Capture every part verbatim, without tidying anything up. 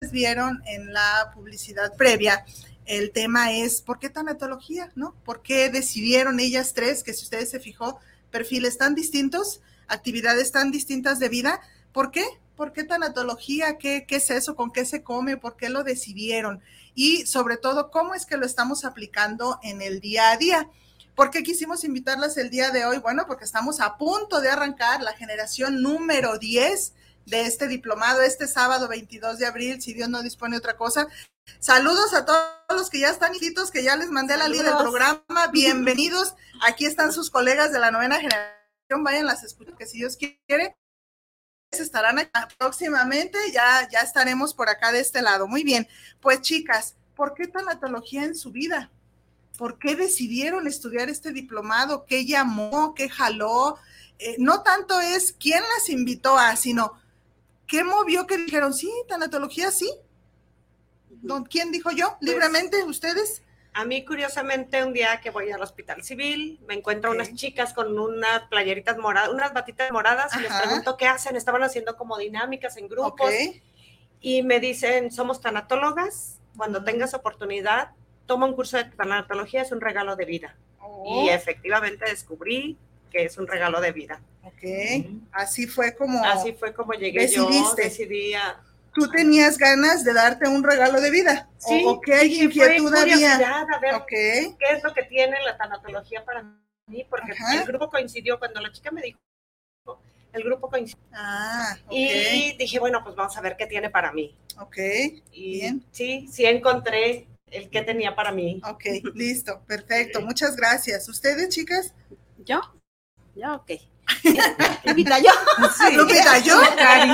vieron en la publicidad previa, el tema es ¿por qué tanatología? ¿No? ¿Por qué decidieron ellas tres, que si ustedes se fijó, perfiles tan distintos, actividades tan distintas de vida? ¿Por qué? ¿Por qué tanatología? ¿Qué, qué es eso? ¿Con qué se come? ¿Por qué lo decidieron? Y sobre todo, ¿cómo es que lo estamos aplicando en el día a día? ¿Por qué quisimos invitarlas el día de hoy? Bueno, porque estamos a punto de arrancar la generación número diez de este diplomado, este sábado veintidós de abril, si Dios no dispone otra cosa. Saludos a todos los que ya están inscritos, que ya les mandé la lista del programa. Bienvenidos. Aquí están sus colegas de la novena generación. Vayan, las escuchan, que si Dios quiere, estarán acá próximamente. Ya, ya estaremos por acá de este lado. Muy bien. Pues, chicas, ¿por qué tanatología en su vida? ¿Por qué decidieron estudiar este diplomado? ¿Qué llamó? ¿Qué jaló? Eh, no tanto es quién las invitó a, sino ¿qué movió que dijeron, sí, tanatología, sí? ¿Quién dijo yo? ¿Libremente? Pues, ¿ustedes? A mí, curiosamente, un día que voy al hospital civil, me encuentro okay. unas chicas con unas playeritas moradas, unas batitas moradas, Ajá. y les pregunto qué hacen. Estaban haciendo como dinámicas en grupos, okay. y me dicen, somos tanatólogas, cuando uh-huh. tengas oportunidad, toma un curso de tanatología, es un regalo de vida. Oh. Y efectivamente descubrí que es un regalo de vida. Ok, uh-huh. así fue como... Así fue como llegué decidiste. yo, decidí a... ¿Tú tenías ganas de darte un regalo de vida? Sí. ¿O qué sí, inquietud había? A ver okay. qué es lo que tiene la tanatología para mí, porque Ajá. el grupo coincidió, cuando la chica me dijo, el grupo coincidió. Ah, okay. Y dije, bueno, pues vamos a ver qué tiene para mí. Ok, y bien. Sí, sí encontré el que tenía para mí. Ok, listo, perfecto, muchas gracias. ¿Ustedes, chicas? ¿Yo? Yo, ok. Lupita, yo. Sí. Lupita, yo, Cari.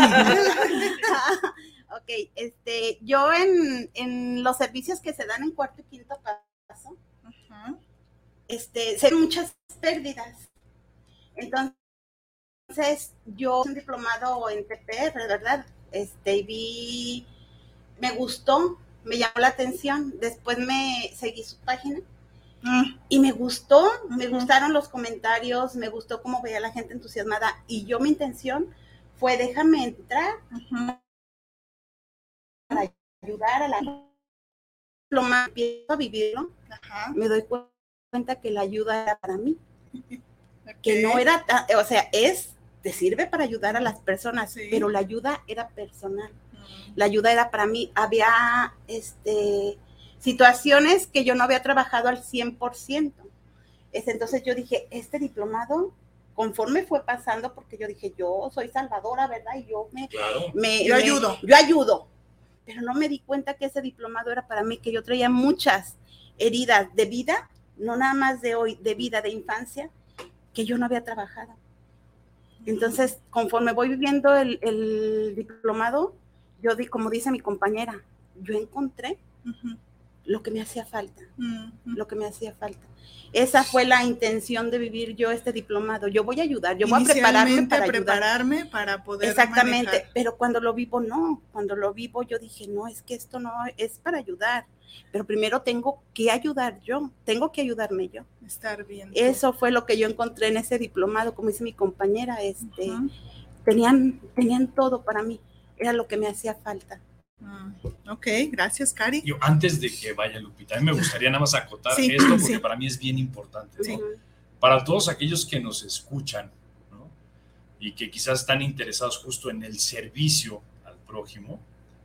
Ok, este, yo en, en los servicios que se dan en cuarto y quinto paso, uh-huh. este, se ven muchas pérdidas. Entonces, yo un diplomado en T P R, ¿verdad? Este, vi, me gustó, me llamó la atención. Después me seguí su página. Mm. Y me gustó, uh-huh. me gustaron los comentarios, me gustó cómo veía a la gente entusiasmada, y yo mi intención fue déjame entrar uh-huh. para ayudar a la diplomada, empiezo a vivirlo, uh-huh. me doy cuenta que la ayuda era para mí, okay. que no era, o sea, es, te sirve para ayudar a las personas, sí. pero la ayuda era personal, uh-huh. la ayuda era para mí, había, este... situaciones que yo no había trabajado al cien por ciento. Entonces yo dije, este diplomado, conforme fue pasando, porque yo dije, yo soy salvadora, ¿verdad? Y yo me... Claro. me yo me, ayudo. Yo ayudo. Pero no me di cuenta que ese diplomado era para mí, que yo traía muchas heridas de vida, no nada más de hoy, de vida, de infancia, que yo no había trabajado. Entonces, conforme voy viviendo el, el diplomado, yo di, como dice mi compañera, yo encontré uh-huh. lo que me hacía falta, uh-huh. lo que me hacía falta. Esa fue la intención de vivir yo este diplomado. Yo voy a ayudar, yo voy a prepararme para prepararme ayudar. para poder Exactamente, manejar. Pero cuando lo vivo, no. Cuando lo vivo, yo dije, no, es que esto no es para ayudar. Pero primero tengo que ayudar yo, tengo que ayudarme yo. Estar bien. Eso fue lo que yo encontré en ese diplomado, como dice mi compañera, este, uh-huh. tenían, tenían todo para mí, era lo que me hacía falta. Mm, ok, gracias, Cari. Yo, antes de que vaya Lupita, a mí me gustaría nada más acotar sí, esto porque sí. para mí es bien importante, ¿no? Sí. Para todos aquellos que nos escuchan, ¿no? Y que quizás están interesados justo en el servicio al prójimo,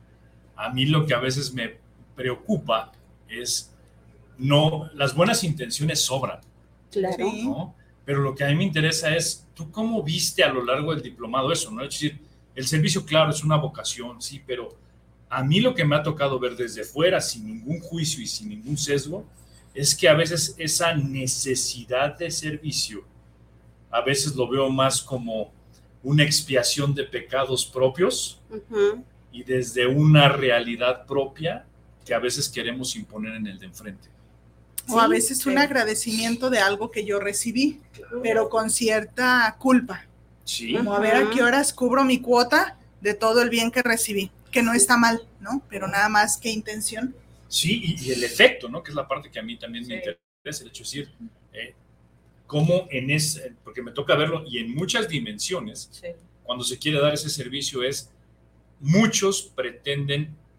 a mí lo que a veces me preocupa es, no, las buenas intenciones sobran, claro. ¿no? Pero lo que a mí me interesa es, ¿tú cómo viste a lo largo del diplomado eso, ¿no? Es decir, el servicio, claro, es una vocación, sí, pero a mí lo que me ha tocado ver desde fuera, sin ningún juicio y sin ningún sesgo, es que a veces esa necesidad de servicio, a veces lo veo más como una expiación de pecados propios uh-huh. y desde una realidad propia que a veces queremos imponer en el de enfrente. O sí, a veces sí. un agradecimiento de algo que yo recibí, claro. pero con cierta culpa. Sí. Como a ver a qué horas cubro mi cuota de todo el bien que recibí. Que no está mal, ¿no? Pero nada más, ¿qué intención? Sí, y, y el efecto, ¿no? Que es la parte que a mí también sí. me interesa, el hecho de decir, eh, cómo en ese, porque me toca verlo, y en muchas dimensiones, sí. cuando se quiere dar ese servicio es, muchos pretenden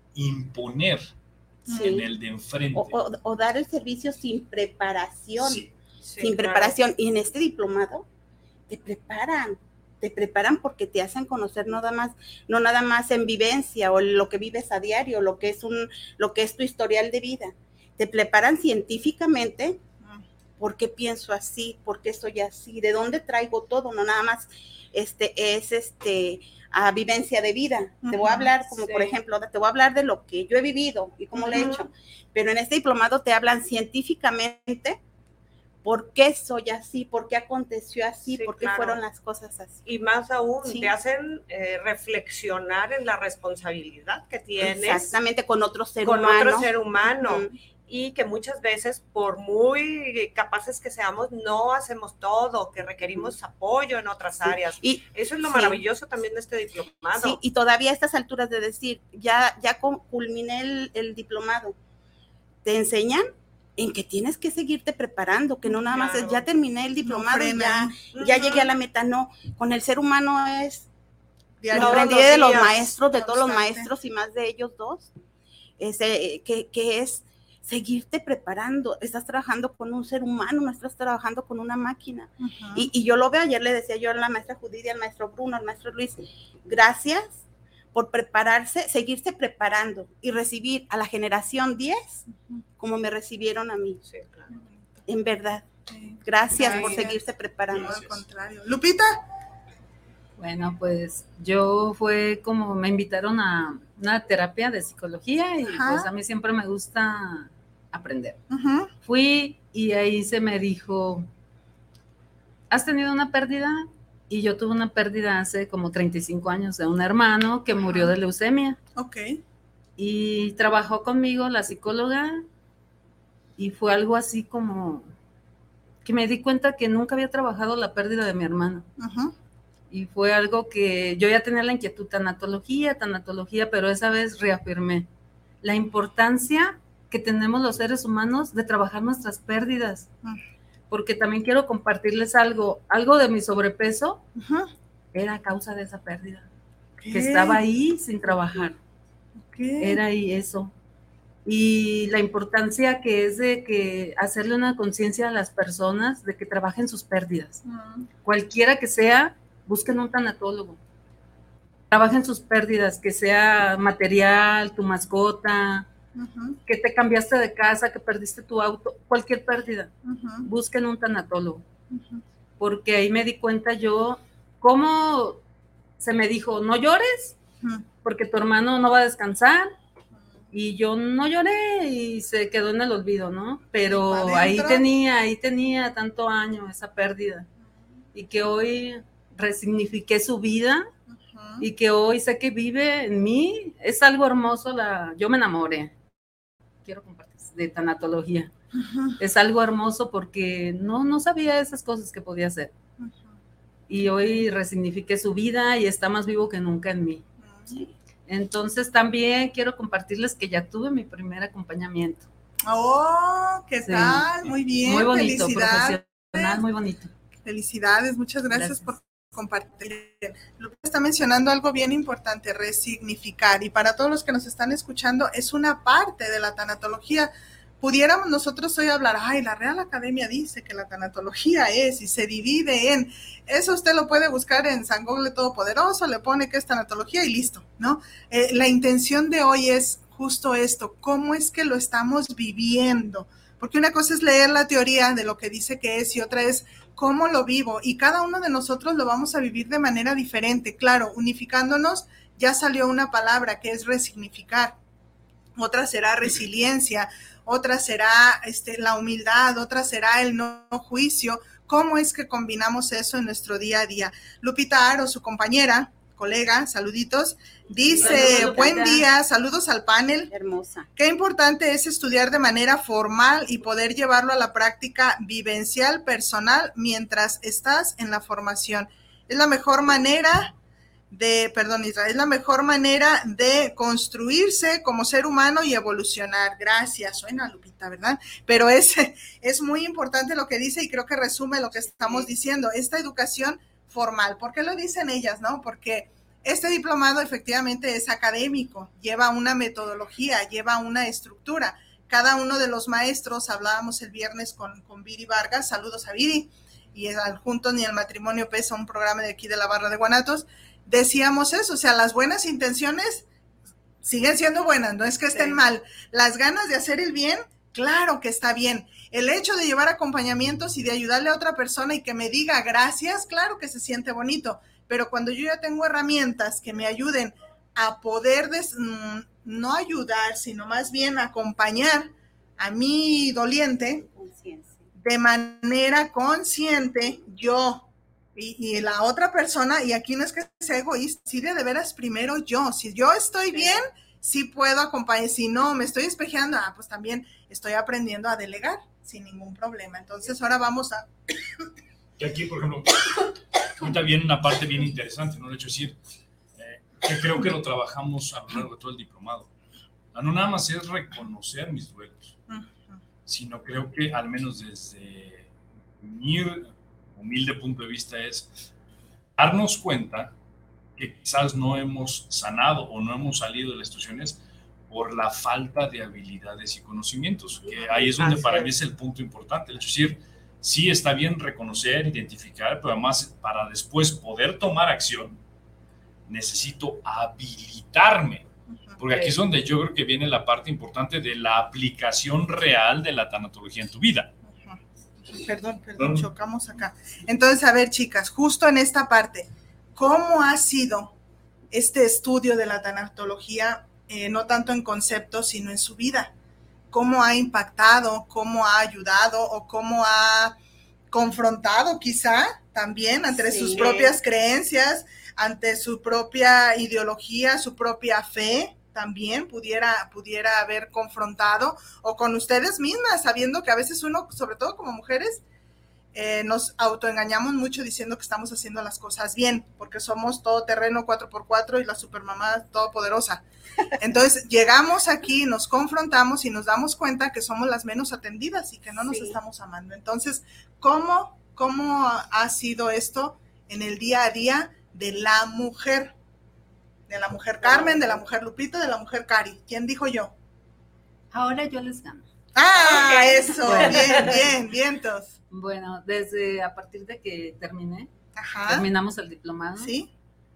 imponer sí. en el de enfrente. O, o, o dar el servicio sin preparación, sí. Sí, sin claro. preparación. Y en este diplomado te preparan, te preparan porque te hacen conocer no nada más, no nada más en vivencia o lo que vives a diario, lo que es un, lo que es tu historial de vida. Te preparan científicamente. ¿Por qué pienso así? ¿Por qué soy así? ¿De dónde traigo todo? No nada más este, es este, a vivencia de vida. Uh-huh. Te voy a hablar, como sí. por ejemplo, te voy a hablar de lo que yo he vivido y cómo uh-huh. lo he hecho. Pero en este diplomado te hablan científicamente por qué soy así, por qué aconteció así, sí, por qué claro. fueron las cosas así. Y más aún, sí. te hacen eh, reflexionar en la responsabilidad que tienes. Exactamente, con otro ser con humano. Con otro ser humano. Uh-huh. Y que muchas veces, por muy capaces que seamos, no hacemos todo, que requerimos apoyo en otras sí. áreas. Y eso es lo sí. maravilloso también de este diplomado. Sí, y todavía a estas alturas de decir, ya, ya culminé el, el diplomado, te enseñan en que tienes que seguirte preparando, que no nada claro. más es, ya terminé el diplomado, no ya, uh-huh. ya llegué a la meta, no, con el ser humano es, lo aprendí de los maestros, de todos los maestros y más de ellos dos, ese, que, que es seguirte preparando, estás trabajando con un ser humano, no estás trabajando con una máquina. Uh-huh. Y, y yo lo veo, ayer le decía yo a la maestra Judith, al maestro Bruno, al maestro Luis, gracias por prepararse, seguirse preparando y recibir a la generación diez uh-huh. como me recibieron a mí. Sí, claro. En verdad. Sí. Gracias Ay, por gracias. seguirse preparando. No, al contrario. Lupita. Bueno, pues yo fue como me invitaron a una terapia de psicología y Ajá. pues a mí siempre me gusta aprender. Uh-huh. Fui y ahí se me dijo, ¿has tenido una pérdida? Y yo tuve una pérdida hace como treinta y cinco años de un hermano que uh-huh. murió de leucemia. Ok. Y trabajó conmigo la psicóloga y fue algo así como que me di cuenta que nunca había trabajado la pérdida de mi hermano. Uh-huh. Y fue algo que yo ya tenía la inquietud, tanatología, tanatología, pero esa vez reafirmé la importancia que tenemos los seres humanos de trabajar nuestras pérdidas. Uh-huh. Porque también quiero compartirles algo, algo de mi sobrepeso uh-huh. era a causa de esa pérdida, ¿Qué? que estaba ahí sin trabajar. ¿Qué? Era ahí eso. Y la importancia que es de que hacerle una conciencia a las personas de que trabajen sus pérdidas. Uh-huh. Cualquiera que sea, busquen un tanatólogo. Trabajen sus pérdidas, que sea material, tu mascota, uh-huh. que te cambiaste de casa, que perdiste tu auto, cualquier pérdida. Uh-huh. Busquen un tanatólogo. Uh-huh. Porque ahí me di cuenta yo, cómo se me dijo, no llores, uh-huh. porque tu hermano no va a descansar. Y yo no lloré y se quedó en el olvido, ¿no? Pero ahí tenía, ahí tenía tanto año esa pérdida. Y que hoy resignifiqué su vida uh-huh. y que hoy sé que vive en mí, es algo hermoso, la, yo me enamoré, quiero compartir, de tanatología, uh-huh. es algo hermoso porque no, no sabía esas cosas que podía hacer, uh-huh. y hoy resignifiqué su vida y está más vivo que nunca en mí. Uh-huh. Entonces también quiero compartirles que ya tuve mi primer acompañamente. Oh, ¿qué sí. tal? Muy bien, muy bonito, profesional, muy bonito. Felicidades, muchas gracias, gracias. por compartir. Lupe está mencionando algo bien importante, resignificar, y para todos los que nos están escuchando, es una parte de la tanatología. Pudiéramos nosotros hoy hablar, ay, la Real Academia dice que la tanatología es, y se divide en, eso usted lo puede buscar en San Google Todopoderoso, le pone que es tanatología y listo, ¿no? Eh, la intención de hoy es justo esto, cómo es que lo estamos viviendo, porque una cosa es leer la teoría de lo que dice que es y otra es cómo lo vivo, y cada uno de nosotros lo vamos a vivir de manera diferente. Claro, unificándonos ya salió una palabra que es resignificar, otra será resiliencia, otra será este, la humildad, otra será el no juicio. ¿Cómo es que combinamos eso en nuestro día a día? Lupita Aro, su compañera, colega, saluditos, dice, Hola, buen día, saludos al panel. Hermosa. Qué importante es estudiar de manera formal y poder llevarlo a la práctica vivencial personal mientras estás en la formación. Es la mejor manera de, perdón Israel, es la mejor manera de construirse como ser humano y evolucionar. Gracias, suena Lupita, ¿verdad? Pero es, es muy importante lo que dice y creo que resume lo que estamos diciendo, esta educación formal. ¿Por qué lo dicen ellas, no? Porque Este diplomado efectivamente es académico, lleva una metodología, lleva una estructura. Cada uno de los maestros, hablábamos el viernes con, con Viri Vargas, saludos a Viri, y al Juntos ni el Matrimonio Pesa, un programa de aquí de la Barra de Guanatos, decíamos eso, o sea, las buenas intenciones siguen siendo buenas, no es que estén sí. mal. Las ganas de hacer el bien, claro que está bien. El hecho de llevar acompañamientos y de ayudarle a otra persona y que me diga gracias, claro que se siente bonito, pero cuando yo ya tengo herramientas que me ayuden a poder, des, no ayudar, sino más bien acompañar a mi doliente de manera consciente, yo y, y la otra persona, y aquí no es que sea egoísta, sí de, de veras primero yo, si yo estoy bien, sí puedo acompañar, si no me estoy espejeando, ah, pues también estoy aprendiendo a delegar sin ningún problema. Entonces ahora vamos a... Y aquí, por ejemplo, ahorita viene una parte bien interesante, ¿no? De hecho, decir, eh, que creo que lo trabajamos a lo largo de todo el diplomado. No nada más es reconocer mis duelos, sino creo que al menos desde mi humilde punto de vista es darnos cuenta que quizás no hemos sanado o no hemos salido de las situaciones por la falta de habilidades y conocimientos, que ahí es donde para mí es el punto importante, es decir, sí está bien reconocer, identificar, pero además para después poder tomar acción, necesito habilitarme, porque aquí es donde yo creo que viene la parte importante de la aplicación real de la tanatología en tu vida. Perdón, perdón, chocamos acá. Entonces, a ver, chicas, justo en esta parte, ¿cómo ha sido este estudio de la tanatología, eh, no tanto en conceptos, sino en su vida? ¿Cómo ha impactado, cómo ha ayudado o cómo ha confrontado quizá también ante sí. sus propias creencias, ante su propia ideología, su propia fe? También pudiera, pudiera haber confrontado, o con ustedes mismas, sabiendo que a veces uno, sobre todo como mujeres, eh, nos autoengañamos mucho diciendo que estamos haciendo las cosas bien, porque somos todoterreno cuatro por cuatro y la supermamá todopoderosa. Entonces llegamos aquí, nos confrontamos y nos damos cuenta que somos las menos atendidas y que no nos sí. estamos amando. Entonces, ¿cómo, cómo ha sido esto en el día a día de la mujer? De la mujer Carmen, de la mujer Lupita, de la mujer Cari. ¿Quién dijo yo? Ahora yo les gano. Ah, okay. Eso, bueno. bien, bien, vientos. Bueno, desde a partir de que terminé, Ajá. terminamos el diplomado, ¿sí?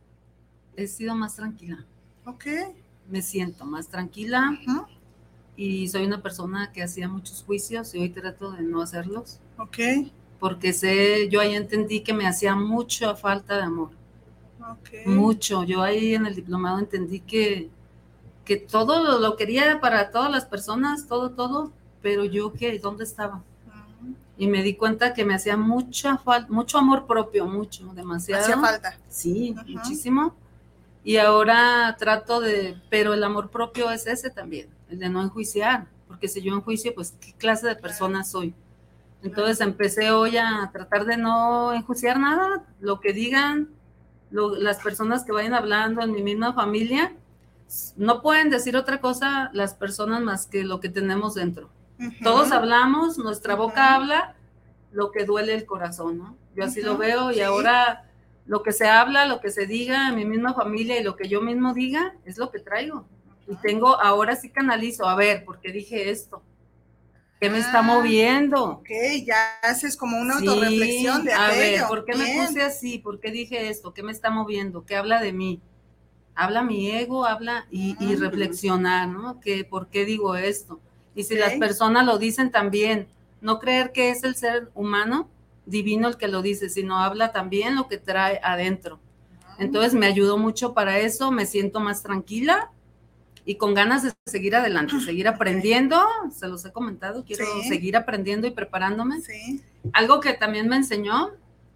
He sido más tranquila. Ok. Me siento más tranquila uh-huh. y soy una persona que hacía muchos juicios y hoy trato de no hacerlos. Ok. Porque sé, yo ahí entendí que me hacía mucha falta de amor. Okay. Mucho, yo ahí en el diplomado entendí que, que todo lo, lo quería para todas las personas, todo, todo, pero yo ¿qué? ¿Dónde estaba? Uh-huh. Y me di cuenta que me hacía mucha falta, mucho amor propio, mucho, demasiado. ¿Hacía falta? Sí, uh-huh. muchísimo. Y ahora trato de, pero el amor propio es ese también, el de no enjuiciar, porque si yo enjuicio, pues ¿qué clase de persona soy? Entonces uh-huh. empecé hoy a tratar de no enjuiciar nada, lo que digan, Lo, las personas que vayan hablando en mi misma familia, no pueden decir otra cosa las personas más que lo que tenemos dentro. Uh-huh. Todos hablamos, nuestra uh-huh. boca habla lo que duele el corazón, ¿no? Yo así uh-huh. lo veo y sí. ahora lo que se habla, lo que se diga en mi misma familia y lo que yo mismo diga es lo que traigo. Uh-huh. Y tengo, ahora sí canalizo, a ver, ¿por qué dije esto? ¿Qué me ah, está moviendo? Ok, ya haces como una sí, autorreflexión de aquello. A ver, ¿por qué Bien. me puse así? ¿Por qué dije esto? ¿Qué me está moviendo? ¿Qué habla de mí? Habla mi ego, habla y, uh-huh. y reflexionar, ¿no? ¿Qué, ¿Por qué digo esto? Y si okay. las personas lo dicen también, no creer que es el ser humano divino el que lo dice, sino habla también lo que trae adentro. Uh-huh. Entonces me ayudó mucho para eso, me siento más tranquila y con ganas de seguir adelante, seguir aprendiendo, se los he comentado, quiero sí. seguir aprendiendo y preparándome. Sí. Algo que también me enseñó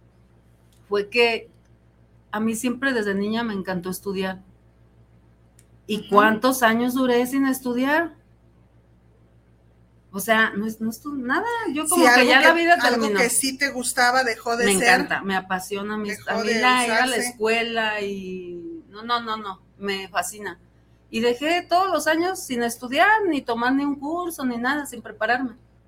fue que a mí siempre desde niña me encantó estudiar. ¿Y uh-huh. cuántos años duré sin estudiar? O sea, no es no estu- nada, yo como sí, que ya que, la vida terminó. Algo que sí te gustaba dejó de me ser. Me encanta, me apasiona, mi, a mí la, ir a la escuela y no, no, no, no, me fascina. Y dejé todos los años sin estudiar, ni tomar ni un curso, ni nada, sin prepararme.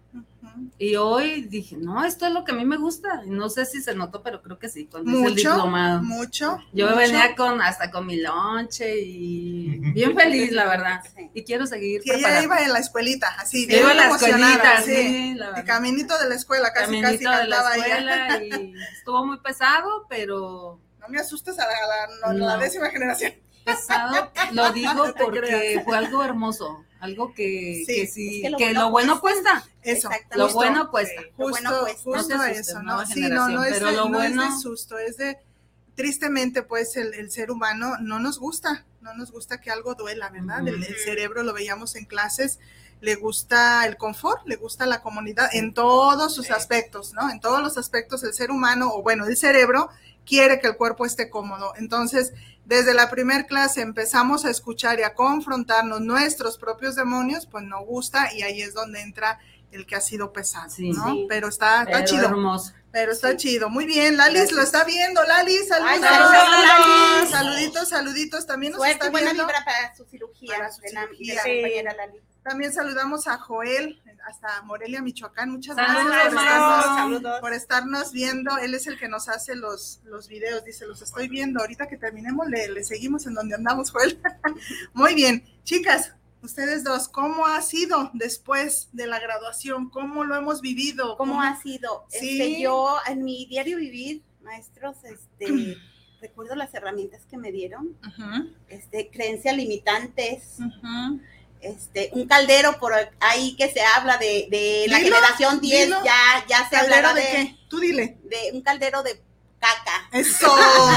Uh-huh. Y hoy dije, no, esto es lo que a mí me gusta. No sé si se notó, pero creo que sí, cuando mucho, hice el diplomado. Mucho, Yo mucho. venía con hasta con mi lonche y bien feliz, la verdad. Sí. Y quiero seguir que ella iba en la escuelita, así, sí, iba en la escuelita, sí, sí la el caminito de la escuela, casi, caminito casi cantaba de la escuela ella. Y estuvo muy pesado, pero... No me asustes a la, a la, no, no. la décima generación. Pesado, lo digo no porque creas. Fue algo hermoso, algo que sí, que, sí, es que, lo, que bueno lo bueno cuesta. Eso, lo justo, bueno cuesta. Sí, justo, lo bueno cuesta. Justo no eso, asusten, ¿no? Sí, no, no es, pero de, lo no bueno... es de susto, es de, tristemente, pues, el, el ser humano no nos gusta, no nos gusta que algo duela, ¿verdad? Uh-huh. el, el cerebro, lo veíamos en clases, le gusta el confort, le gusta la comunidad, en todos sus sí. aspectos, ¿no? En todos los aspectos, el ser humano, o bueno, el cerebro, quiere que el cuerpo esté cómodo. Entonces, desde la primer clase empezamos a escuchar y a confrontarnos nuestros propios demonios, pues no gusta, y ahí es donde entra el que ha sido pesado, sí, ¿no? Sí. Pero está, está Pero chido. Hermoso. Pero está sí. chido. Muy bien, Lalis Gracias. Lo está viendo. Lalis, saludos. Ay, saludos, Lalis. Saluditos, saluditos. También nos Suerte, está viendo. Buena vibra para su cirugía. Para su cirugía. La, sí. compañera Lalis. También saludamos a Joel, hasta Morelia, Michoacán. Muchas saludos, gracias por estarnos, saludos. por estarnos viendo. Él es el que nos hace los, los videos. Dice, los estoy viendo. Ahorita que terminemos, le, le seguimos en donde andamos, Joel. Muy bien. Chicas, ustedes dos, ¿cómo ha sido después de la graduación? ¿Cómo lo hemos vivido? ¿Cómo, ¿Cómo ha sido? ¿Sí? Este, yo, en mi diario vivir, maestros, este... recuerdo las herramientas que me dieron, uh-huh. este, creencias limitantes, uh-huh. este, un caldero por ahí que se habla de, de la dilo, generación diez, dilo. ya, ya se hablará de, de qué? Tú dile. De un caldero de caca. Eso,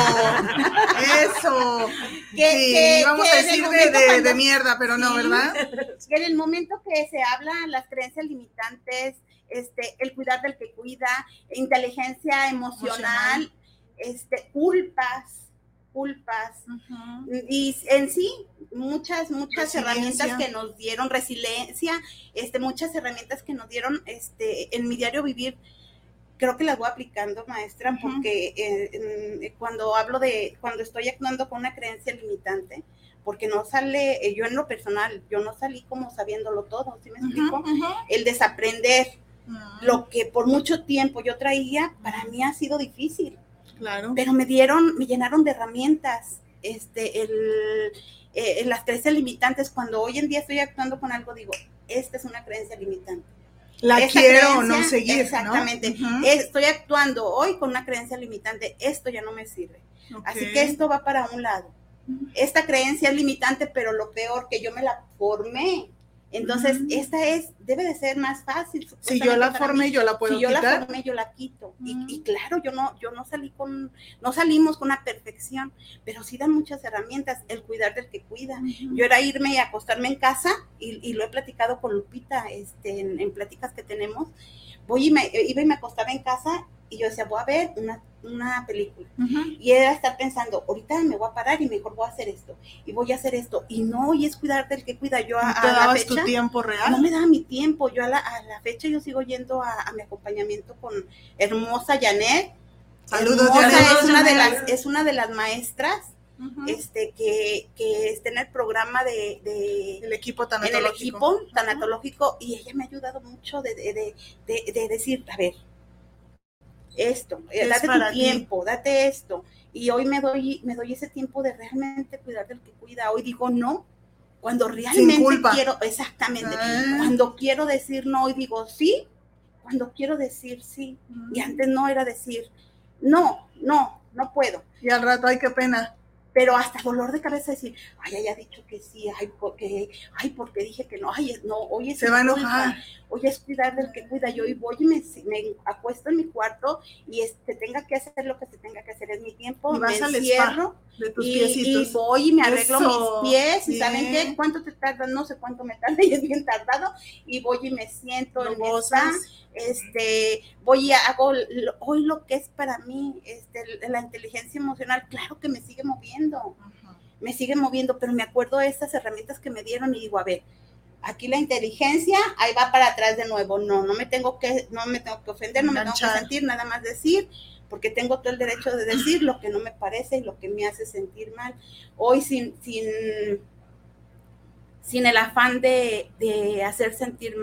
eso. Que, sí, que, vamos que a decir de, de, cuando, de mierda, pero sí, no, ¿verdad? Que en el momento que se hablan las creencias limitantes, este, el cuidar del que cuida, inteligencia emocional, emocional. Este, culpas, culpas, uh-huh. y en sí, muchas, muchas herramientas que nos dieron, resiliencia, este, muchas herramientas que nos dieron, este, en mi diario vivir, creo que las voy aplicando, maestra, uh-huh. porque eh, en, cuando hablo de, cuando estoy actuando con una creencia limitante, porque no sale, eh, yo en lo personal, yo no salí como sabiéndolo todo, ¿sí me explico? Uh-huh, uh-huh. El desaprender uh-huh. lo que por mucho tiempo yo traía, para mí ha sido difícil. Claro. Pero me dieron, me llenaron de herramientas, este, el, eh, las creencias limitantes. Cuando hoy en día estoy actuando con algo, digo, esta es una creencia limitante. La Esta quiero o no seguir, exactamente. ¿no? Uh-huh. Estoy actuando hoy con una creencia limitante, esto ya no me sirve. Okay. Así que esto va para un lado. Uh-huh. Esta creencia es limitante, pero lo peor, que yo me la formé. Entonces, uh-huh. esta es, debe de ser más fácil. Si yo la formé, mí. yo la puedo si quitar. Si yo la formé, yo la quito. Uh-huh. Y, y claro, yo no, yo no salí con, no salimos con una perfección, pero sí dan muchas herramientas, el cuidar del que cuida. Uh-huh. Yo era irme y acostarme en casa, y, y lo he platicado con Lupita, este, en, en pláticas que tenemos, voy y me, iba y me acostaba en casa, y yo decía, voy a ver una, una película, uh-huh. y era estar pensando, ahorita me voy a parar y mejor voy a hacer esto, y voy a hacer esto, y no, y es cuidar del que cuida. Yo a, ¿No te a dabas la fecha, tu tiempo real? No me daba mi tiempo, yo a la, a la fecha yo sigo yendo a, a mi acompañamiento con hermosa Janet. Saludos, hermosa, Janet. Es una de las, es una de las maestras, uh-huh. este, que, que está en el programa de, de el equipo tanatológico, en el equipo tanatológico, uh-huh. y ella me ha ayudado mucho de, de, de, de, de decir, a ver, esto, date tu tiempo, ti? date esto, y hoy me doy, me doy ese tiempo de realmente cuidar del que cuida. Hoy digo no, cuando realmente quiero, exactamente, ah. cuando quiero decir no, hoy digo sí, cuando quiero decir sí, mm. y antes no era decir no, no, no puedo. Y al rato, ay, qué pena. Pero hasta dolor de cabeza decir, ay, haya dicho que sí, ay, porque, ay, porque dije que no, ay, no, hoy es se va a enojar. Hoy es cuidar del que cuida. Yo hoy voy y me, me acuesto en mi cuarto y este, tenga que hacer lo que se tenga que hacer, es mi tiempo, y vas me al encierro de tus y, piecitos. y voy y me arreglo Eso. mis pies, Bien. y ¿saben qué? ¿Cuánto te tarda? No sé cuánto me tarda, y es bien tardado, y voy y me siento no en mi spa, este, voy y hago lo, hoy lo que es para mí, este, la inteligencia emocional, claro que me sigue moviendo, uh-huh. me sigue moviendo, pero me acuerdo de estas herramientas que me dieron y digo, a ver, aquí la inteligencia, ahí va para atrás de nuevo, no, no me tengo que, no me tengo que ofender, no me tengo que sentir, nada más decir, porque tengo todo el derecho de decir lo que no me parece y lo que me hace sentir mal. Hoy sin, sin, sin el afán de, de hacer sentir mal,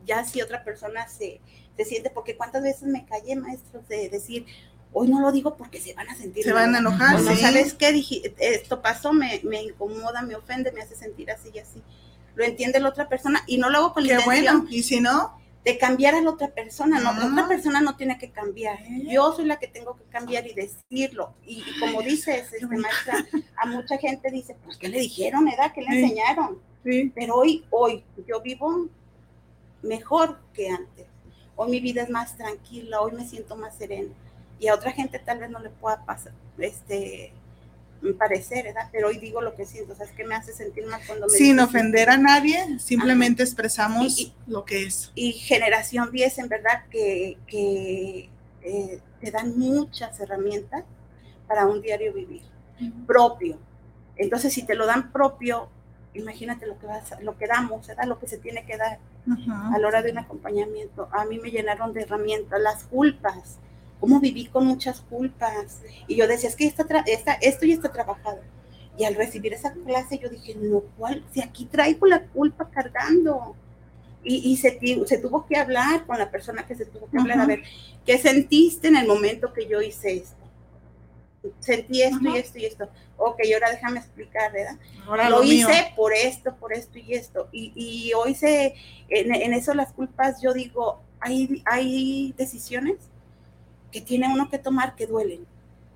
ya si otra persona se, se siente, porque cuántas veces me callé, maestros, de decir, hoy no lo digo porque se van a sentir se van a enojar, no sí. ¿Sabes qué? Dije, esto pasó, me, me incomoda, me ofende, me hace sentir así y así. Lo entiende la otra persona y no lo hago con la intención. Bueno, y si no, de cambiar a la otra persona, no, no. la otra persona no tiene que cambiar, yo soy la que tengo que cambiar y decirlo, y, y como dices, este, maestra, a mucha gente dice, pues, ¿qué le dijeron, edad? ¿Qué le sí. enseñaron? Sí. Pero hoy, hoy, yo vivo mejor que antes, hoy mi vida es más tranquila, hoy me siento más serena, y a otra gente tal vez no le pueda pasar, este... parecer, ¿verdad? Pero hoy digo lo que siento, o sea, es que me hace sentir mal cuando me sin ofender a nadie, simplemente ajá. expresamos y, y, lo que es. Y generación diez, en verdad, que, que eh, te dan muchas herramientas para un diario vivir, uh-huh. propio. Entonces, si te lo dan propio, imagínate lo que vas, lo que damos, ¿verdad? Lo que se tiene que dar uh-huh. a la hora de un acompañamiento. A mí me llenaron de herramientas, las culpas, cómo viví con muchas culpas, y yo decía, es que esta tra- esta, esto ya está trabajado, y al recibir esa clase yo dije, no, ¿cuál? Si aquí traigo la culpa cargando, y, y se, se tuvo que hablar con la persona que se tuvo que hablar, uh-huh. a ver, ¿qué sentiste en el momento que yo hice esto? Sentí esto uh-huh. y esto y esto, ok, ahora déjame explicar, ¿verdad? Ahora lo, lo hice mío. por esto, por esto y esto, y, y hoy se, en, en eso las culpas, yo digo, hay, hay decisiones que tiene uno que tomar que duelen,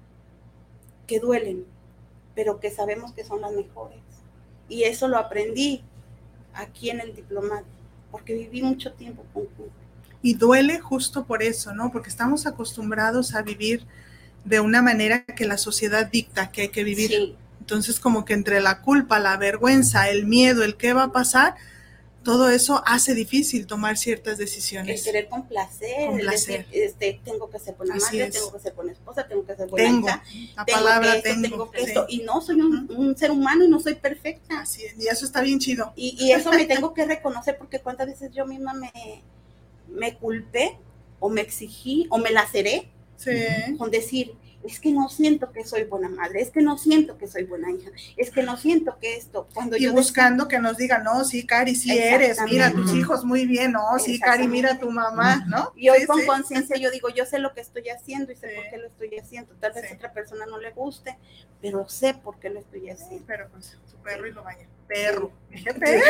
que duelen, pero que sabemos que son las mejores. Y eso lo aprendí aquí en el diplomado, porque viví mucho tiempo con culpa. Y duele justo por eso, ¿no? Porque estamos acostumbrados a vivir de una manera que la sociedad dicta que hay que vivir. Sí. Entonces, como que entre la culpa, la vergüenza, el miedo, el qué va a pasar, todo eso hace difícil tomar ciertas decisiones. El querer complacer, complacer. El decir, este, tengo que ser buena madre, es. tengo que ser buena esposa, tengo que ser buena tengo, hija, la tengo palabra que esto, tengo, tengo que sí. esto, y no, soy un, uh-huh. un ser humano y no soy perfecta. Así es, y eso está bien chido. Y, y eso me tengo que reconocer, porque cuántas veces yo misma me, me culpé, o me exigí, o me laceré, sí. con decir, es que no siento que soy buena madre, es que no siento que soy buena hija, es que no siento que esto, cuando y yo buscando deseo, que nos digan, no, sí, Cari, sí eres, mira tus hijos muy bien, no, sí, Cari, mira tu mamá, ¿no? Y hoy sí, con sí. conciencia yo digo, yo sé lo que estoy haciendo y sé sí. por qué lo estoy haciendo, tal vez sí. a otra persona no le guste, pero sé por qué lo estoy haciendo. Sí, pero pues su perro y lo baña. Perro. Sí. ¿Qué perro?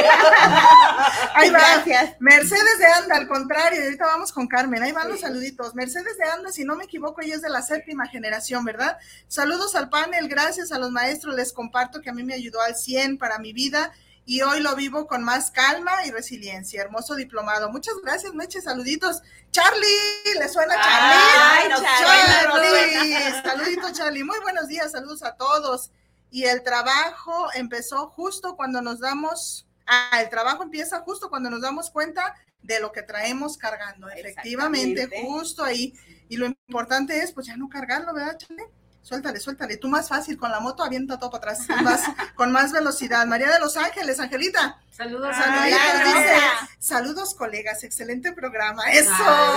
Ahí va. Gracias. Mercedes de Anda, al contrario, ahorita vamos con Carmen, ahí van sí. los saluditos. Mercedes de Anda, si no me equivoco, ella es de la séptima generación, ¿verdad? Saludos al panel, gracias a los maestros, les comparto que a mí me ayudó al cien para mi vida y hoy lo vivo con más calma y resiliencia. Hermoso diplomado. Muchas gracias, Meche, saluditos. Charlie, ¿le suena Charlie? Ay, no, Charlie. Charlie. Saluditos, Charlie. Muy buenos días, saludos a todos. Y el trabajo empezó justo cuando nos damos, ah, el trabajo empieza justo cuando nos damos cuenta de lo que traemos cargando, efectivamente, justo ahí. Y lo importante es, pues ya no cargarlo, ¿verdad, Chale? Suéltale, suéltale. Tú más fácil, con la moto avienta todo para atrás, más, con más velocidad. María de Los Ángeles, Angelita. Saludos, Saluditos, Angelita. dice, saludos, colegas, excelente programa. Eso.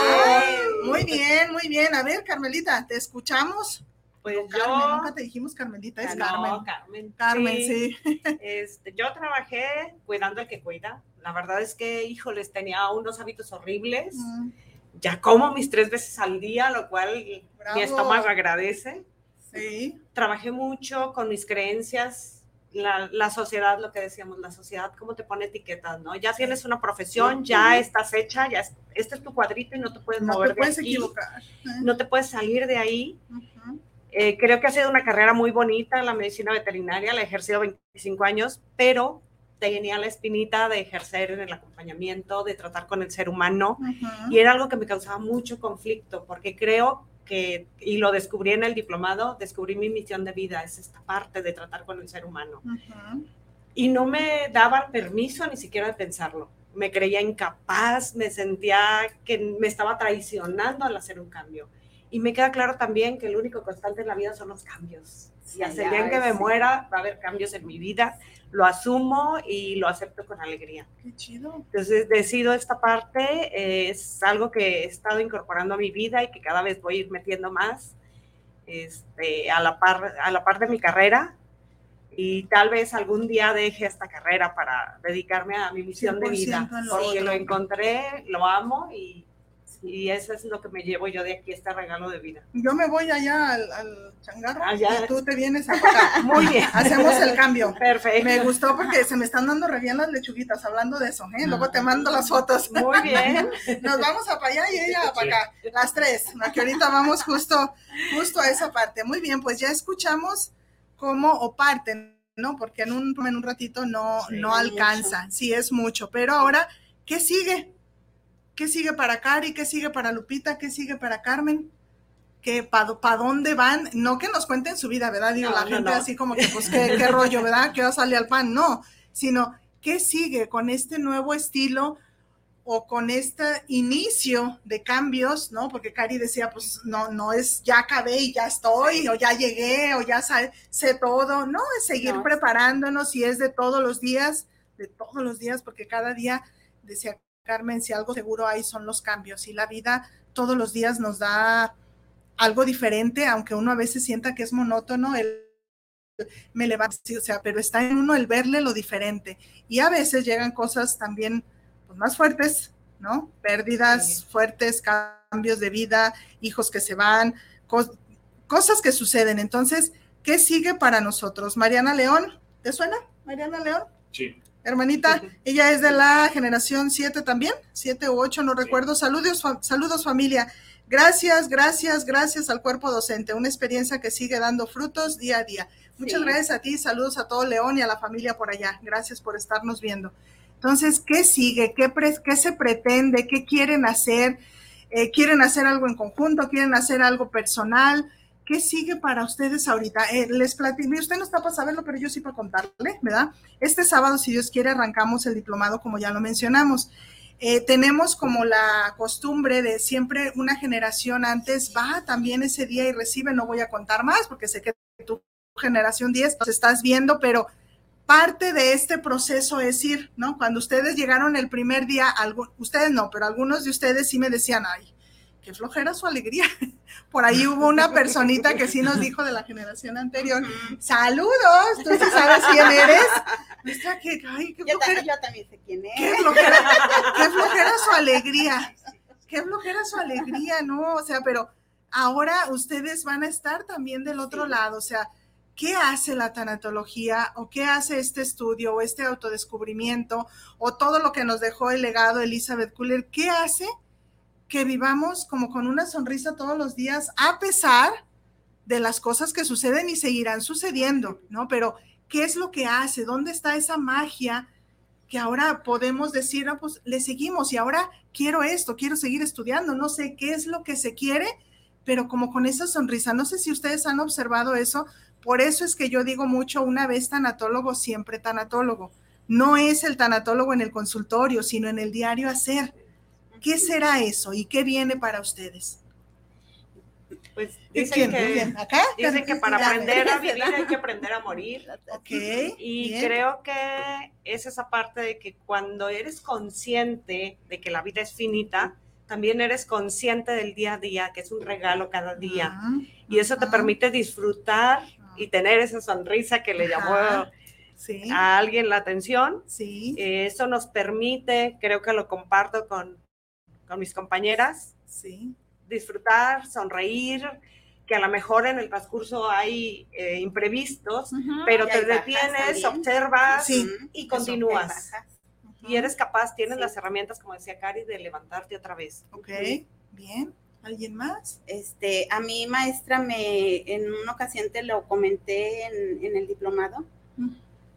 Ay. Muy bien, muy bien. A ver, Carmelita, ¿te escuchamos? Pues no, Carmen, yo, nunca te dijimos Carmelita, es no, Carmen. Carmen. Carmen, sí. sí. Este, yo trabajé cuidando al que cuida. La verdad es que, híjoles, tenía unos hábitos horribles. Mm. Ya como mis tres veces al día, lo cual Bravo. Mi estómago agradece. Sí. Trabajé mucho con mis creencias. La, la sociedad, lo que decíamos, la sociedad, cómo te pone etiquetas, ¿no? Ya tienes una profesión, sí. ya estás hecha, ya es, este es tu cuadrito y no te puedes no mover te puedes de aquí. equivocar. ¿Eh? No te puedes salir de ahí. Uh-huh. Eh, creo que ha sido una carrera muy bonita, la medicina veterinaria, la he ejercido veinticinco años, pero tenía la espinita de ejercer en el acompañamiento, de tratar con el ser humano, uh-huh. y era algo que me causaba mucho conflicto, porque creo que, y lo descubrí en el diplomado, descubrí mi misión de vida, es esta parte de tratar con el ser humano. Uh-huh. Y no me daban permiso ni siquiera de pensarlo. Me creía incapaz, me sentía que me estaba traicionando al hacer un cambio. Y me queda claro también que el único constante en la vida son los cambios. Y hasta el día en que me muera va a haber cambios en mi vida. Lo asumo y lo acepto con alegría. Qué chido. Entonces decido esta parte, eh, es algo que he estado incorporando a mi vida y que cada vez voy a ir metiendo más este, a, la par, a la par de mi carrera. y tal vez algún día deje esta carrera para dedicarme a mi misión de vida, porque lo encontré, lo amo y, y eso es lo que me llevo yo de aquí, este regalo de vida. Yo me voy allá al, al changarro allá. Y tú te vienes a acá. Muy bien. Hacemos el cambio. Perfecto. Me gustó porque se me están dando re bien las lechuguitas, hablando de eso, ¿eh? Luego te mando las fotos. Muy bien. Nos vamos a para allá y ella para acá, las tres, que ahorita vamos justo, justo a esa parte. Muy bien, pues ya escuchamos cómo o parten, ¿no? Porque en un, en un ratito no, sí, no alcanza, mucho. Sí es mucho, pero ahora, ¿qué sigue? ¿Qué sigue para Cari? ¿Qué sigue para Lupita? ¿Qué sigue para Carmen? ¿Qué, para pa dónde van? No que nos cuenten su vida, ¿verdad? Digo, no, la no, gente no. Así como que, pues, ¿qué, qué rollo, verdad? ¿Qué va a salir al pan? No, sino, ¿qué sigue con este nuevo estilo o con este inicio de cambios, ¿no? Porque Cari decía, pues, no, no es ya acabé y ya estoy, sí. O ya llegué, o ya sé, sé todo. No, es seguir no. preparándonos y es de todos los días, de todos los días, porque cada día, decía Carmen, si algo seguro hay son los cambios y la vida todos los días nos da algo diferente, aunque uno a veces sienta que es monótono, el me levanto, o sea, pero está en uno el verle lo diferente y a veces llegan cosas también pues, más fuertes, ¿no? Pérdidas sí. fuertes, cambios de vida, hijos que se van, cos- cosas que suceden. Entonces, ¿qué sigue para nosotros? Mariana León, ¿te suena? Mariana León. Sí. Hermanita, ella es de la generación siete también, siete u ocho, no recuerdo. Saludos, fa- saludos familia. Gracias, gracias, gracias al cuerpo docente. Una experiencia que sigue dando frutos día a día. Muchas sí. gracias a ti, saludos a todo León y a la familia por allá. Gracias por estarnos viendo. Entonces, ¿qué sigue? ¿Qué, pre- qué se pretende? ¿Qué quieren hacer? Eh, ¿Quieren hacer algo en conjunto? ¿Quieren hacer algo personal? ¿Qué sigue para ustedes ahorita? Eh, les platico, usted no está para saberlo, pero yo sí para contarle, ¿verdad? Este sábado, si Dios quiere, arrancamos el diplomado, como ya lo mencionamos. Eh, tenemos como la costumbre de siempre una generación antes va también ese día y recibe, no voy a contar más, porque sé que tu generación diez nos estás viendo, pero parte de este proceso es ir, ¿no? Cuando ustedes llegaron el primer día, algo, ustedes no, pero algunos de ustedes sí me decían, ay, qué flojera su alegría. Por ahí hubo una personita que sí nos dijo de la generación anterior, saludos, tú sí sabes quién eres. Nuestra que, ay, qué flojera. Yo, yo también sé quién es. Qué flojera, qué flojera su alegría, qué flojera su alegría, ¿no? O sea, pero ahora ustedes van a estar también del otro sí. lado, o sea, ¿qué hace la tanatología o qué hace este estudio o este autodescubrimiento o todo lo que nos dejó el legado Elizabeth Kuller? ¿Qué hace que vivamos como con una sonrisa todos los días, a pesar de las cosas que suceden y seguirán sucediendo, ¿no? Pero, ¿qué es lo que hace? ¿Dónde está esa magia que ahora podemos decir, ah, pues le seguimos y ahora quiero esto, quiero seguir estudiando, no sé qué es lo que se quiere, pero como con esa sonrisa? No sé si ustedes han observado eso, por eso es que yo digo mucho, una vez tanatólogo, siempre tanatólogo. No es el tanatólogo en el consultorio, sino en el diario hacer. ¿Qué será eso y qué viene para ustedes? Pues dicen que, ¿Acá? dicen que para aprender a vivir hay que aprender a morir. Okay, y bien. Creo que es esa parte de que cuando eres consciente de que la vida es finita, también eres consciente del día a día, que es un regalo cada día. Uh-huh. Y eso te uh-huh. permite disfrutar uh-huh. y tener esa sonrisa que le uh-huh. llamó sí. a alguien la atención. Sí. Eh, eso nos permite, creo que lo comparto con con mis compañeras, sí. disfrutar, sonreír, que a lo mejor en el transcurso hay eh, imprevistos, uh-huh. pero te detienes, observas sí. y continúas. Uh-huh. Y eres capaz, tienes sí. las herramientas, como decía Cari, de levantarte otra vez. Ok, bien. ¿Alguien más? Este, a mi maestra me, en una ocasión te lo comenté en, en el diplomado. Uh-huh.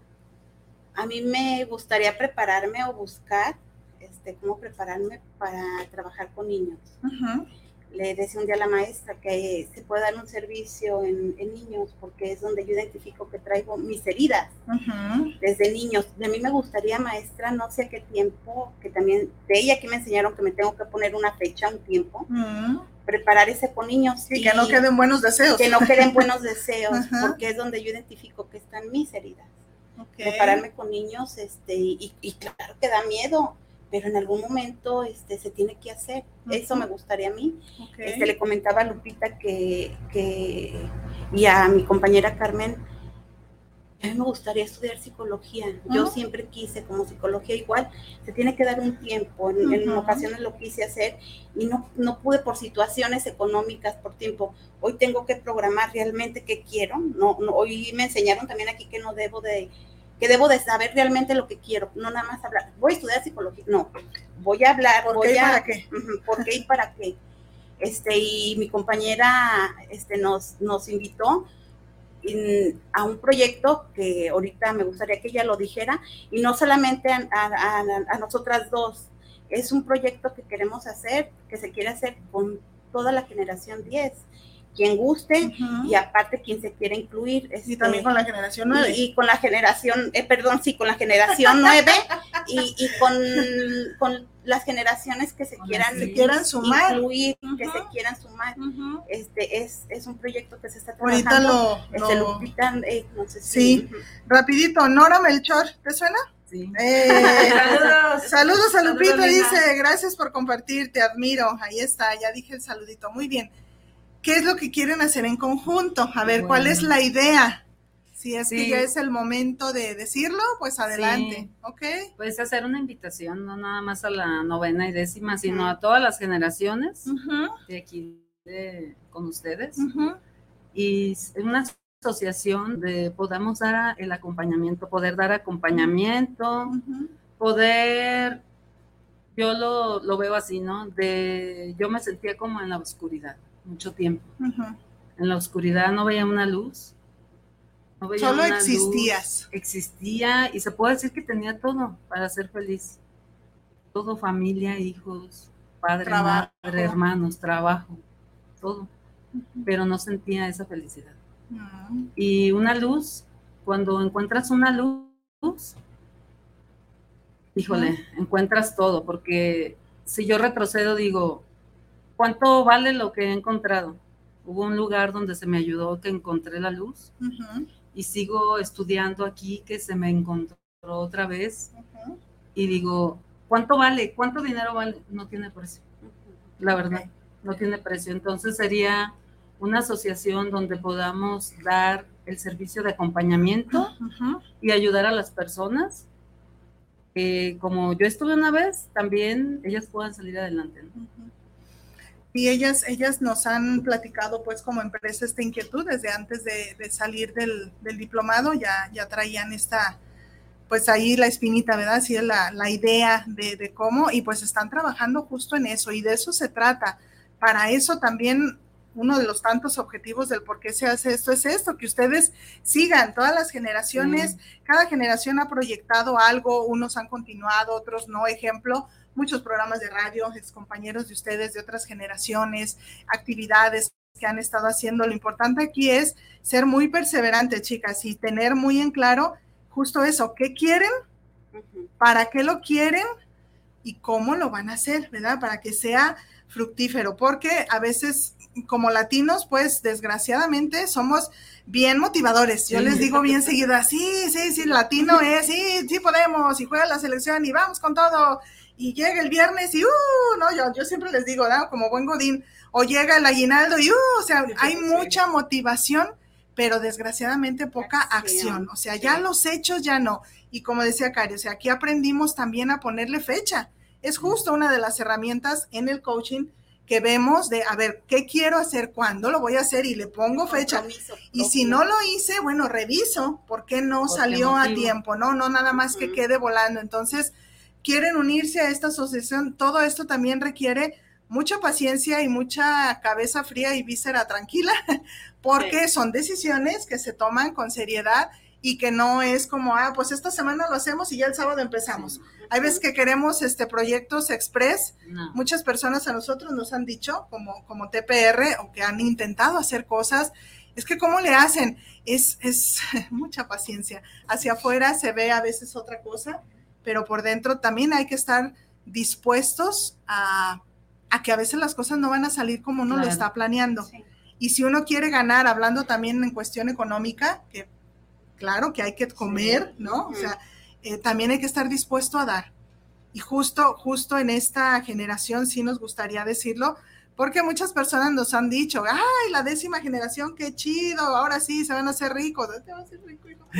A mí me gustaría prepararme o buscar Este, cómo prepararme para trabajar con niños. Uh-huh. Le decía un día a la maestra que se puede dar un servicio en, en niños porque es donde yo identifico que traigo mis heridas uh-huh. desde niños. De mí me gustaría, maestra, no sé a qué tiempo, que también de ella que me enseñaron que me tengo que poner una fecha, un tiempo, uh-huh. preparar ese con niños. Sí, y que no queden buenos deseos. Que no queden buenos deseos, uh-huh. porque es donde yo identifico que están mis heridas. Okay. Prepararme con niños, este, y, y claro que da miedo, pero en algún momento este, se tiene que hacer. Uh-huh. Eso me gustaría a mí. Okay. Este, le comentaba a Lupita que, que, y a mi compañera Carmen, A mí me gustaría estudiar psicología. Uh-huh. Yo siempre quise, como psicología igual, se tiene que dar un tiempo. En, uh-huh. en ocasiones lo quise hacer y no, no pude por situaciones económicas, por tiempo. Hoy tengo que programar realmente qué quiero. No, no, hoy me enseñaron también aquí que no debo de, que debo de saber realmente lo que quiero. No nada más hablar. Voy a estudiar psicología. No, voy a hablar. ¿Por voy qué y a, para qué? Uh-huh, ¿por qué y para qué? Este, y mi compañera este, nos, nos invitó a un proyecto que ahorita me gustaría que ella lo dijera, y no solamente a, a, a nosotras dos, es un proyecto que queremos hacer, que se quiere hacer con toda la generación diez, quien guste, uh-huh. y aparte quien se quiera incluir. Este, y también con la generación nueve. Y, y con la generación, eh, perdón, sí, con la generación nueve, y, y con, con las generaciones que se con quieran, se quieran sumar, incluir, uh-huh. que se quieran sumar. Uh-huh. Este es, es un proyecto que se está trabajando. Ahorita lo, este, lo... Lupita, eh, no sé si, sí, uh-huh. rapidito, Nora Melchor, ¿te suena? Sí. Eh, saludos. Saludos a Lupita, saludos, dice, gracias por compartir, te admiro. Ahí está, ya dije el saludito, muy bien. ¿Qué es lo que quieren hacer en conjunto? A ver, bueno. ¿cuál es la idea? Si es sí. que ya es el momento de decirlo, pues adelante, sí. ¿ok? Pues hacer una invitación, no nada más a la novena y décima, sino uh-huh. a todas las generaciones uh-huh. de aquí de, con ustedes. Uh-huh. Y una asociación de podamos dar el acompañamiento, poder dar acompañamiento, uh-huh. poder, yo lo, lo veo así, ¿no? De, yo me sentía como en la oscuridad. Mucho tiempo. Uh-huh. En la oscuridad no veía una luz. No veía Solo una existías. Luz. Existía y se puede decir que tenía todo para ser feliz. Todo, familia, hijos, padre, trabajo. madre, hermanos, trabajo, todo. Uh-huh. Pero no sentía esa felicidad. Uh-huh. Y una luz, cuando encuentras una luz, híjole, uh-huh. encuentras todo, porque si yo retrocedo digo, ¿cuánto vale lo que he encontrado? Hubo un lugar donde se me ayudó, que encontré la luz, uh-huh. y sigo estudiando aquí, que se me encontró otra vez, uh-huh. y digo, ¿cuánto vale? ¿Cuánto dinero vale? No tiene precio, uh-huh. la verdad, okay. no tiene precio. Entonces sería una asociación donde podamos dar el servicio de acompañamiento uh-huh. y ayudar a las personas, que como yo estuve una vez, también ellas puedan salir adelante, ¿no? Uh-huh. Y ellas, ellas nos han platicado, pues, como empresa esta inquietud desde antes de, de salir del, del diplomado, ya, ya traían esta, pues ahí la espinita, ¿verdad? Así es la, la idea de, de cómo, y pues están trabajando justo en eso, y de eso se trata. Para eso también, uno de los tantos objetivos del por qué se hace esto es esto, que ustedes sigan, todas las generaciones, mm. cada generación ha proyectado algo, unos han continuado, otros no, ejemplo, muchos programas de radio, ex compañeros de ustedes de otras generaciones, actividades que han estado haciendo. Lo importante aquí es ser muy perseverantes, chicas, y tener muy en claro justo eso, qué quieren, uh-huh. para qué lo quieren y cómo lo van a hacer, ¿verdad? Para que sea fructífero, porque a veces como latinos, pues desgraciadamente somos bien motivadores. Yo sí. les digo bien seguido, sí, sí, sí, latino es, sí, sí podemos, y juega la selección y vamos con todo. Y llega el viernes y, uh, no, yo, yo siempre les digo, ¿no? Como buen godín, o llega el aguinaldo y, uh, o sea, hay sí. mucha motivación, pero desgraciadamente poca acción, acción. o sea, sí. ya los hechos ya no, y como decía Cari, o sea, aquí aprendimos también a ponerle fecha, es justo una de las herramientas en el coaching que vemos de, a ver, ¿qué quiero hacer? ¿Cuándo lo voy a hacer? Y le pongo fecha, y si no lo hice, bueno, reviso, ¿por qué no ¿Por salió qué a tiempo? No, no, nada más uh-huh. que quede volando. Entonces, quieren unirse a esta asociación, todo esto también requiere mucha paciencia y mucha cabeza fría y víscera tranquila, porque sí. son decisiones que se toman con seriedad y que no es como, ah, pues esta semana lo hacemos y ya el sábado empezamos. Sí. Hay veces que queremos este proyectos express, no. muchas personas a nosotros nos han dicho, como, como T P R, o que han intentado hacer cosas, es que ¿cómo le hacen? Es, es mucha paciencia. Hacia afuera se ve a veces otra cosa, pero por dentro también hay que estar dispuestos a, a que a veces las cosas no van a salir como uno claro. lo está planeando. Sí. Y si uno quiere ganar, hablando también en cuestión económica, que claro que hay que comer, sí. ¿no? O sea, eh, también hay que estar dispuesto a dar. Y justo, justo en esta generación, sí nos gustaría decirlo, porque muchas personas nos han dicho, ay, la décima generación, qué chido, ahora sí, se van a hacer ricos. ¿Te vas a hacer rico, hijo?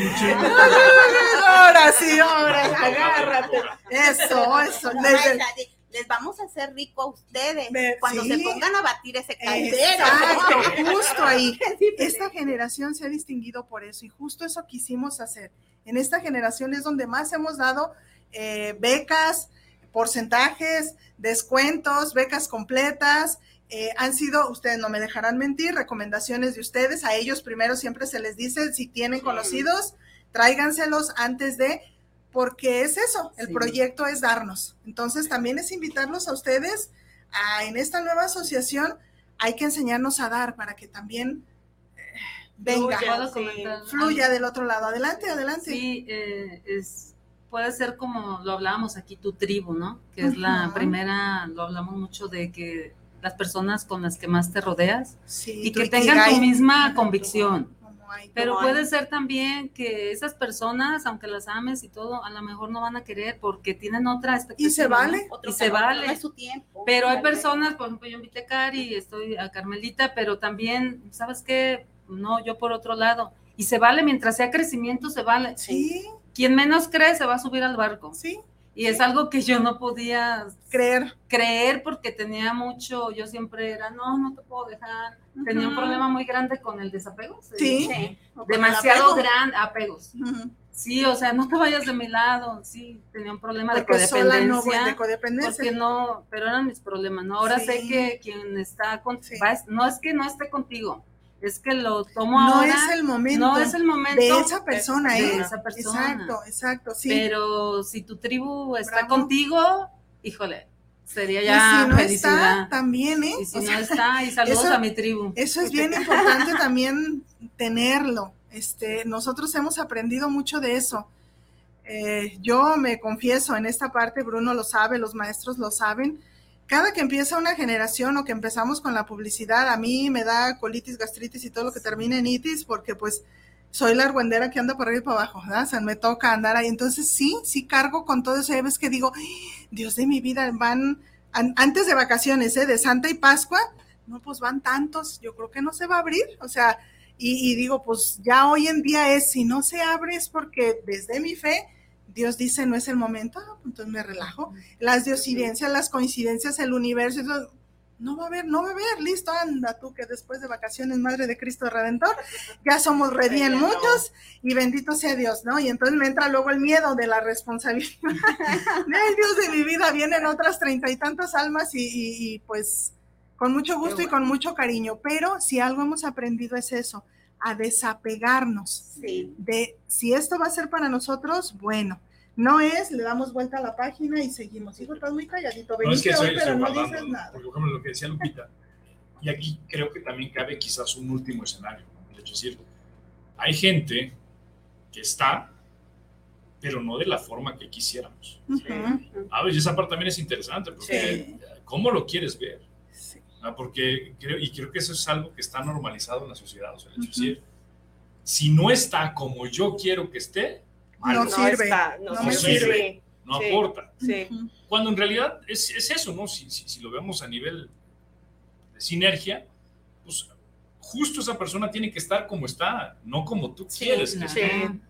Ahora sí, ahora, agárrate. Eso, eso. No, Les, les vamos a hacer rico a ustedes Me, cuando sí. se pongan a batir ese caldero. Exacto, justo ahí. Esta generación se ha distinguido por eso y justo eso quisimos hacer. En esta generación es donde más hemos dado eh, becas, porcentajes, descuentos, becas completas. Eh, han sido, ustedes no me dejarán mentir, recomendaciones de ustedes. A ellos primero siempre se les dice, si tienen conocidos, tráiganselos antes de, porque es eso, el sí. proyecto es darnos. Entonces también es invitarlos a ustedes a, en esta nueva asociación, hay que enseñarnos a dar para que también eh, venga, fluya, sí. fluya del otro lado. Adelante, adelante. Sí, eh, es, puede ser como lo hablábamos aquí, tu tribu, ¿no? Que es uh-huh. la primera, lo hablamos mucho de que las personas con las que más te rodeas sí, y que tengan tu misma convicción. Hay, pero puede hay. ser también que esas personas, aunque las ames y todo, a lo mejor no van a querer porque tienen otra expectativa. Y se vale. ¿No? Y se vale. No es su tiempo. Pero hay personas, por ejemplo, yo invité a Cari, estoy a Carmelita, pero también, ¿sabes qué? No, yo por otro lado. Y se vale, mientras sea crecimiento, se vale. Sí. Quien menos cree se va a subir al barco. Sí. Y es algo que yo no podía creer, creer porque tenía mucho, yo siempre era, no, no te puedo dejar. Uh-huh. Tenía un problema muy grande con el desapego. Sí. sí. Demasiado grande, apegos. Uh-huh. Sí, o sea, no te vayas de mi lado. Sí, tenía un problema porque de codependencia. No voy de codependencia. Porque no, pero eran mis problemas, ¿no? Ahora sí. sé que quien está con, sí. va, no es que no esté contigo. Es que lo tomo no ahora. No es el momento. No es el momento. De esa persona, de, ¿eh? De esa persona. Exacto, exacto, sí. Pero si tu tribu está Bravo. Contigo, híjole, sería ya y si no felicidad. Está, también, ¿eh? Y si o no sea, está, y saludos eso, a mi tribu. Eso es bien importante también tenerlo. Este, nosotros hemos aprendido mucho de eso. Eh, yo me confieso en esta parte, Bruno lo sabe, los maestros lo saben. Cada que empieza una generación o que empezamos con la publicidad, a mí me da colitis, gastritis y todo lo que termina en itis, porque pues soy la argüendera que anda por arriba y para abajo, ¿verdad? O sea, me toca andar ahí. Entonces sí, sí cargo con todo eso. Ya ves que digo, Dios de mi vida, van, an, antes de vacaciones, ¿eh? De Santa y Pascua, no, pues van tantos, yo creo que no se va a abrir. O sea, y, y digo, pues ya hoy en día es, si no se abre es porque desde mi fe, Dios dice, no es el momento, entonces me relajo. Las diosidencias, las coincidencias, el universo, eso, no va a haber, no va a haber, listo, anda tú que después de vacaciones, Madre de Cristo Redentor, ya somos re bien muchos y bendito sea Dios, ¿no? Y entonces me entra luego el miedo de la responsabilidad. Ay, Dios de mi vida, vienen otras treinta y tantas almas y, y, y pues con mucho gusto bueno. y con mucho cariño, pero si algo hemos aprendido es eso, a desapegarnos sí. de si esto va a ser para nosotros, bueno, no es, le damos vuelta a la página y seguimos. Hijo, estás muy calladito, no, es que soy, hoy, pero no guardando, dices nada. Por ejemplo, lo que decía Lupita, y aquí creo que también cabe quizás un último escenario, ¿no? Es decir, hay gente que está, pero no de la forma que quisiéramos. Uh-huh. ¿Sí? A ver, esa parte también es interesante, porque sí. ¿cómo lo quieres ver? Porque creo, y creo que eso es algo que está normalizado en la sociedad, o sea, el hecho uh-huh. decir, si no está como yo quiero que esté, no, no sirve, está, no, no, no sirve, sirve, no sí, aporta. Sí. Cuando en realidad es, es eso, ¿no? Si, si, si lo vemos a nivel de sinergia, pues justo esa persona tiene que estar como está, no como tú sí, quieres que sí. esté.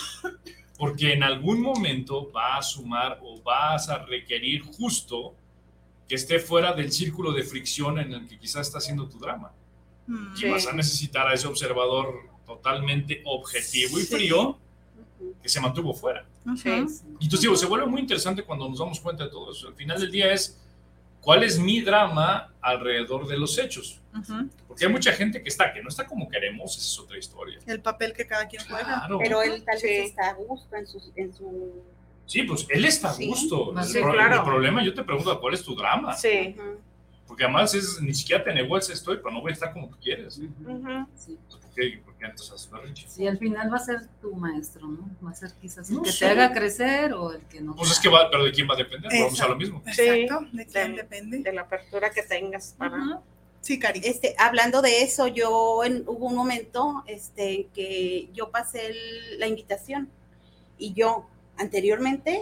Porque en algún momento va a sumar o vas a requerir justo que esté fuera del círculo de fricción en el que quizás está haciendo tu drama. Sí. Y vas a necesitar a ese observador totalmente objetivo y frío que se mantuvo fuera. Sí. Y entonces digo, se vuelve muy interesante cuando nos damos cuenta de todo eso. Al final del día es, ¿cuál es mi drama alrededor de los hechos? Uh-huh. Porque hay mucha gente que está, que no está como queremos, esa es otra historia. El papel que cada quien juega. Claro. Pero él tal sí. vez está a gusto en su... En su... Sí, pues él está a gusto. Sí, el, sí, claro. el problema, yo te pregunto, ¿cuál es tu drama? Sí. Uh-huh. Porque además es, ni siquiera te negó ese estoy, pero no voy a estar como tú quieres. Uh-huh. Sí. ¿Por qué? Porque entonces haces berrinche. Sí, al final va a ser tu maestro, ¿no? Va a ser quizás el no que sé. te haga crecer o el que no. Pues es que va, pero ¿de quién va a depender? Exacto. Vamos a lo mismo. Exacto, ¿de quién de, depende? De la apertura que tengas para... Uh-huh. Sí, Cari. Este, hablando de eso, yo en, hubo un momento este, que yo pasé el, la invitación y yo anteriormente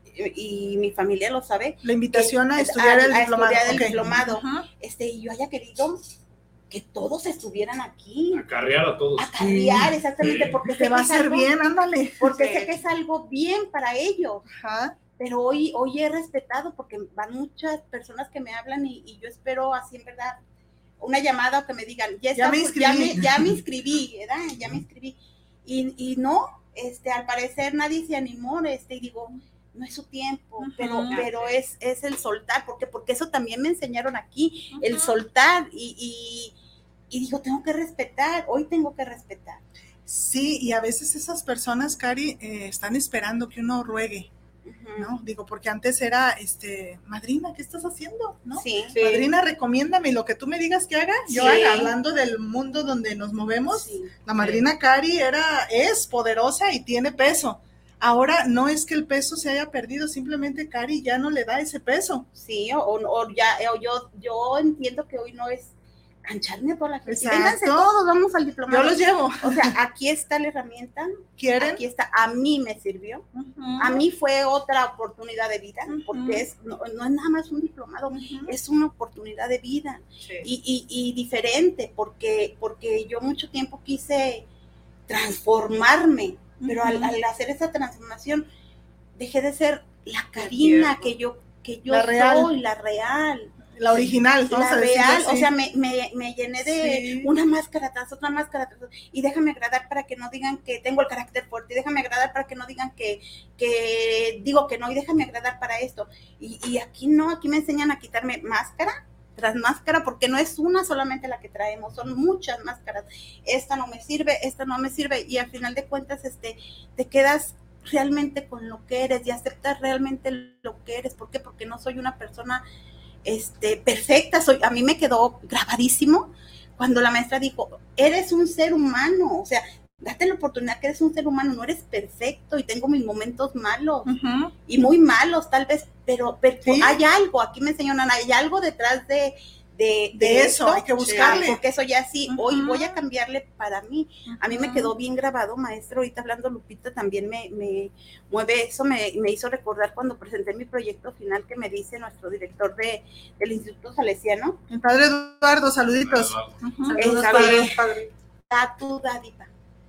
y mi familia lo sabe. La invitación que, a estudiar a, el a diplomado. Estudiar el okay. diplomado. Uh-huh. Este, y yo haya querido que todos estuvieran aquí. Acarrear a todos. Acarrear, exactamente, porque te va a hacer algo, bien, ándale. Porque sí. sé que es algo bien para ellos. Ajá. Pero hoy, hoy he respetado, porque van muchas personas que me hablan y, y yo espero así, en verdad, una llamada o que me digan, ya, está, ya, me, inscribí. ya, me, ya me inscribí, ¿verdad? Ya me inscribí. Y, y no, este, al parecer nadie se animó, este, y digo, no es su tiempo, uh-huh. pero, pero es, es el soltar, porque, porque eso también me enseñaron aquí, uh-huh. el soltar, y, y, y digo, tengo que respetar, hoy tengo que respetar. Sí, y a veces esas personas, Cari, eh, están esperando que uno ruegue, uh-huh. ¿no? Digo, porque antes era, este, madrina, ¿qué estás haciendo? ¿No? Sí. Madrina, recomiéndame, lo que tú me digas que haga, sí. yo haga, hablando del mundo donde nos movemos, sí. la madrina sí. Cari era, es poderosa y tiene peso. Ahora no es que el peso se haya perdido, simplemente Cari ya no le da ese peso. Sí, o, o ya, o yo, yo entiendo que hoy no es cancharme a toda la gente. Vénganse todos, vamos al diplomado. Yo los llevo. O sea, aquí está la herramienta. ¿Quieren? Aquí está, a mí me sirvió. Uh-huh. A mí fue otra oportunidad de vida, uh-huh. porque es, no, no es nada más un diplomado, uh-huh. es una oportunidad de vida. Sí. Y, y, y diferente, porque, porque yo mucho tiempo quise transformarme. Pero uh-huh. al, al hacer esa transformación, dejé de ser la Karina que yo, que yo la real. soy, la real. La original, la real, o sea, me, me, me llené de sí. una máscara tras otra máscara tras otra, y déjame agradar para que no digan que tengo el carácter fuerte, y déjame agradar para que no digan que, que digo que no, y déjame agradar para esto. Y, y aquí no, aquí me enseñan a quitarme máscara tras máscara, porque no es una solamente la que traemos, son muchas máscaras. Esta no me sirve, esta no me sirve, y al final de cuentas este, te quedas realmente con lo que eres y aceptas realmente lo que eres. ¿Por qué? Porque no soy una persona este, perfecta. Soy, a mí me quedó grabadísimo cuando la maestra dijo, eres un ser humano, o sea, date la oportunidad que eres un ser humano, no eres perfecto y tengo mis momentos malos uh-huh. y muy malos tal vez, pero, pero ¿sí? hay algo, aquí me enseñó Nana, hay algo detrás de, de, de, de eso, esto, hay que buscarle. Porque eso ya sí, uh-huh. hoy voy a cambiarle para mí. Uh-huh. A mí me quedó bien grabado, maestro, ahorita hablando Lupita también me, me mueve eso, me, me hizo recordar cuando presenté mi proyecto final que me dice nuestro director de, del Instituto Salesiano. El padre Eduardo, saluditos. Eduardo. Uh-huh. Saludos, este, padre, padre. Da tu dádiva.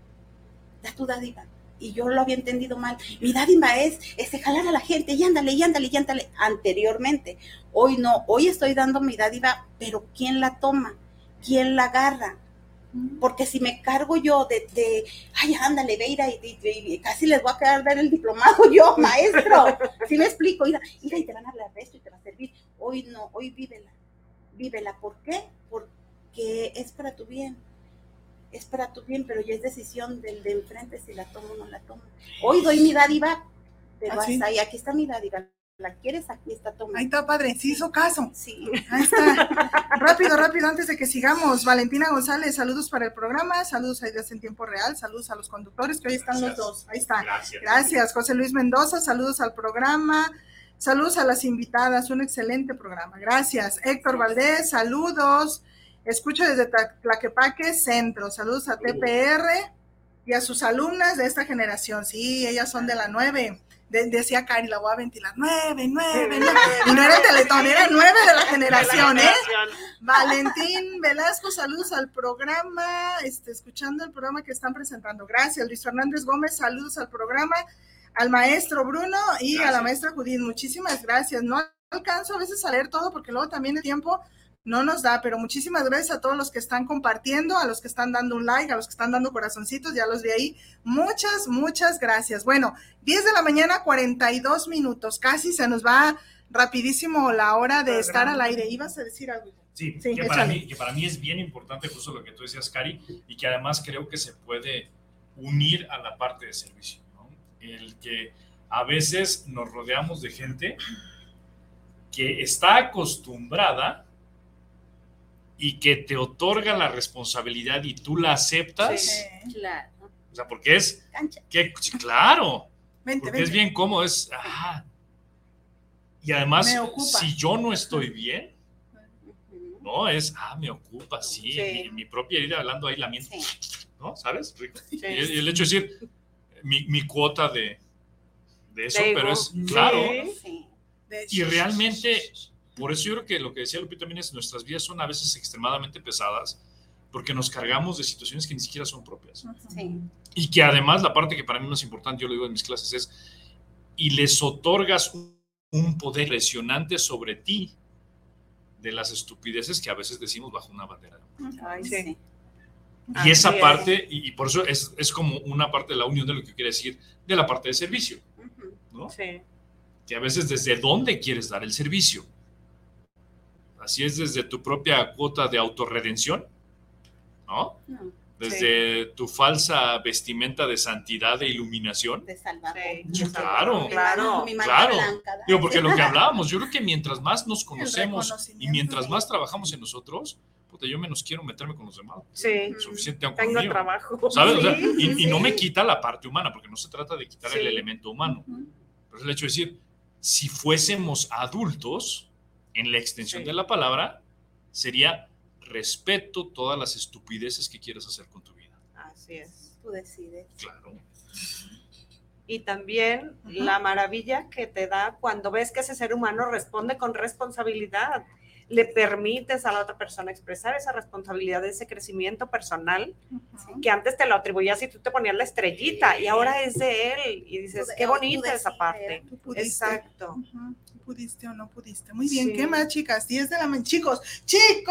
Da tu dádiva. Y yo lo había entendido mal. Mi dádiva es este, jalar a la gente y ándale, y ándale, y ándale. Anteriormente. Hoy no, hoy estoy dando mi dádiva, pero ¿quién la toma? ¿Quién la agarra? Porque si me cargo yo de, de ay, ándale, Veira, y, y, y casi les voy a quedar dar el diplomado yo, maestro. ¿Sí me explico? Mira, mira, y te van a hablar de esto y te va a servir. Hoy no, hoy vívela. Vívela. ¿Por qué? Porque es para tu bien. Es para tu bien, pero ya es decisión del de enfrente si la tomo o no la tomo. Hoy doy mi dádiva, pero ¿ah, sí? hasta ahí, aquí está mi dádiva. ¿La quieres? Aquí está, toma. Ahí está, padre, sí hizo caso. Sí. Ahí está. Rápido, rápido, antes de que sigamos. Valentina González, saludos para el programa, saludos a Ideas en Tiempo Real, saludos a los conductores, que hoy están Gracias. Los dos. Ahí está. Gracias. Gracias. José Luis Mendoza, saludos al programa. Saludos a las invitadas, un excelente programa. Gracias. Héctor Valdés, saludos. Escucho desde Tlaquepaque Centro. Saludos a T P R y a sus alumnas de esta generación. Sí, ellas son de la nueve. De, decía Cari, la voy a ventilar. Nueve, nueve, nueve. Y no era el Teletón, era nueve de la generación, ¿eh? Valentín Velasco, saludos al programa. Este, escuchando el programa que están presentando. Gracias. Luis Fernández Gómez, saludos al programa. Al maestro Bruno y gracias. A la maestra Judith. Muchísimas gracias. No alcanzo a veces a leer todo porque luego también el tiempo no nos da, pero muchísimas gracias a todos los que están compartiendo, a los que están dando un like, a los que están dando corazoncitos, ya los vi ahí. Muchas, muchas gracias. Bueno, diez de la mañana, cuarenta y dos minutos, casi se nos va rapidísimo la hora de estar al aire. ¿Ibas a decir algo? Sí, sí que, para mí, que para mí es bien importante justo lo que tú decías, Cari, y que además creo que se puede unir a la parte de servicio, ¿no? El que a veces nos rodeamos de gente que está acostumbrada y que te otorga la responsabilidad y tú la aceptas. Sí, claro. O sea, porque es... Que, claro. Vente, porque vente. Es bien cómodo, es... Ah, y además, si yo no estoy bien, no, es... Ah, me ocupa, sí. sí. Mi, mi propia herida hablando ahí la miente. Sí. ¿No? ¿Sabes? Rico. Sí. Y, y el hecho de decir, mi, mi cuota de... de eso, pero es claro. Sí. Y realmente, por eso yo creo que lo que decía Lupita también es, nuestras vidas son a veces extremadamente pesadas, porque nos cargamos de situaciones que ni siquiera son propias. Sí. Y que además, la parte que para mí más importante, yo lo digo en mis clases, es, y les otorgas un, un poder impresionante sobre ti de las estupideces que a veces decimos bajo una bandera. Ay, sí. Y Así esa es. parte, y, y por eso es, es como una parte de la unión de lo que quiere decir de la parte de servicio, ¿no? Sí. Que a veces desde dónde quieres dar el servicio. Así es desde tu propia cuota de autorredención, ¿no? No, Desde sí. tu falsa vestimenta de santidad e iluminación. de Salvador. Sí, claro, claro, Mi mano claro. blanca, Digo, porque lo que hablábamos, yo creo que mientras más nos conocemos y mientras más trabajamos en nosotros, puta, yo menos quiero meterme con los demás. Sí. Suficiente aunque Tengo mío, trabajo. ¿sabes? O sea, Sí, y, sí, y no sí. me quita la parte humana, porque no se trata de quitar Sí. el elemento humano. Ujú. Pero es el hecho de decir, si fuésemos adultos, en la extensión Sí. de la palabra, sería respeto todas las estupideces que quieras hacer con tu vida. Así es. Tú decides. Claro. Y también Ujú. la maravilla que te da cuando ves que ese ser humano responde con responsabilidad. Le permites a la otra persona expresar esa responsabilidad, ese crecimiento personal Ujú. que antes te lo atribuías y tú te ponías la estrellita y ahora es de él. Y dices, Tú- qué tú bonita esa decides. parte. Tú pudiste. Exacto. Ujú. ¿Tú pudiste o no pudiste? Muy bien, Sí. ¿qué más, chicas? diez de la mañana. Chicos, chicos.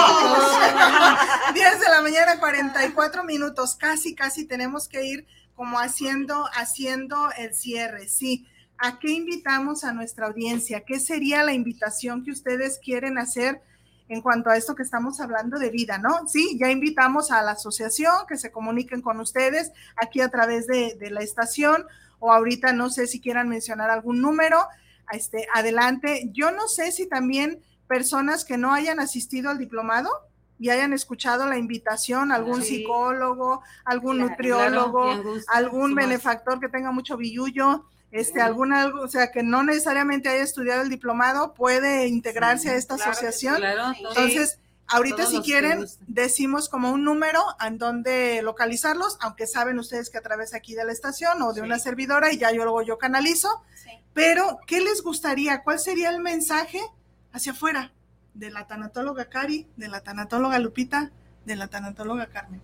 ¡Oh! diez de la mañana, cuarenta y cuatro minutos. Casi, casi tenemos que ir como haciendo, haciendo el cierre. Sí. ¿A qué invitamos a nuestra audiencia? ¿Qué sería la invitación que ustedes quieren hacer en cuanto a esto que estamos hablando de vida, ¿no? Sí, ya invitamos a la asociación que se comuniquen con ustedes aquí a través de, de la estación, o ahorita no sé si quieran mencionar algún número, este, adelante. Yo no sé si también personas que no hayan asistido al diplomado y hayan escuchado la invitación, algún Sí. psicólogo, algún Claro, nutriólogo, Claro, quien guste, algún sumarse. benefactor que tenga mucho billullo, este, Sí. algún algo, o sea, que no necesariamente haya estudiado el diplomado, puede integrarse Sí, a esta claro que asociación. Claro, Sí. todos- Entonces, ahorita todos si los que quieren, gusten. decimos como un número en donde localizarlos, aunque saben ustedes que a través aquí de la estación o de Sí. una servidora, y ya yo luego yo canalizo, Sí. pero ¿qué les gustaría? ¿Cuál sería el mensaje hacia afuera de la tanatóloga Cari, de la tanatóloga Lupita, de la tanatóloga Carmen?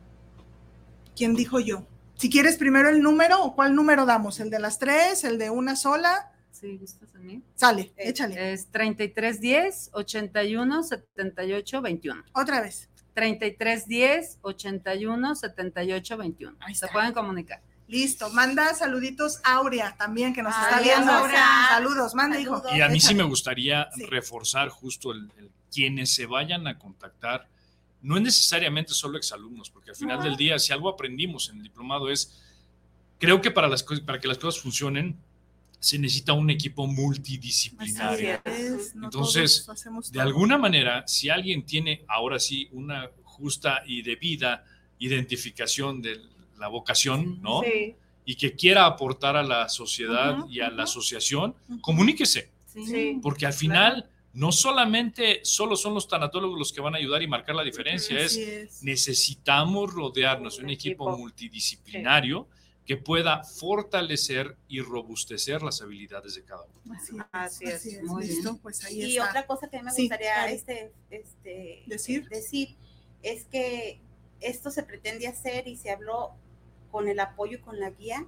¿Quién dijo yo? Si quieres primero el número, ¿o cuál número damos? ¿El de las tres? ¿El de una sola? Sí, ¿gustas en mí? Sale, Eh, échale. Es treinta y tres diez, ochenta y uno, setenta y ocho, veintiuno. Otra vez. treinta y tres diez, ochenta y uno, setenta y ocho, veintiuno. Ahí Se está. pueden comunicar. Listo. Manda saluditos Aurea también, que nos Ay, está viendo. Aurea. Saludos, manda, hijo. Saludos. Y a mí sí Échale. me gustaría Sí. reforzar justo el, el quienes se vayan a contactar, no es necesariamente solo exalumnos, porque al final Ajá. del día, si algo aprendimos en el diplomado es, creo que para, las, co- para que las cosas funcionen, se necesita un equipo Así multidisciplinario. es, no Entonces, todos hacemos De todo. alguna manera, si alguien tiene ahora sí una justa y debida identificación de la vocación, ¿no? Sí. Y que quiera aportar a la sociedad Ujú, y a la ujú. asociación, Ujú. comuníquese. Sí. Sí. Porque al final no solamente solo son los tanatólogos los que van a ayudar y marcar la diferencia, Así es es. necesitamos rodearnos de Un un equipo, equipo. multidisciplinario que pueda fortalecer y robustecer las habilidades de cada uno. Así es. Así es. Así es. Muy Listo, bien. pues ahí Y está. otra cosa que a mí me Sí, gustaría Cari. este, este, ¿Decir? decir es que esto se pretende hacer y se habló con el apoyo y con la guía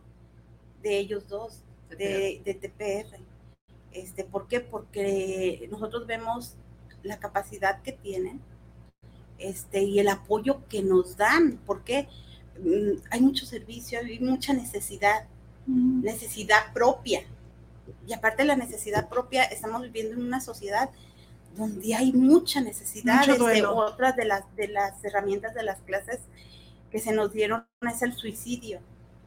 de ellos dos, de, de T P R. Este, ¿Por qué? Porque nosotros vemos la capacidad que tienen este, y el apoyo que nos dan, porque mm, hay mucho servicio, hay mucha necesidad, Mm. necesidad propia. Y aparte de la necesidad propia, estamos viviendo en una sociedad donde hay mucha necesidad. Mucho Este, duelo. otra de las, de las herramientas de las clases que se nos dieron es el suicidio.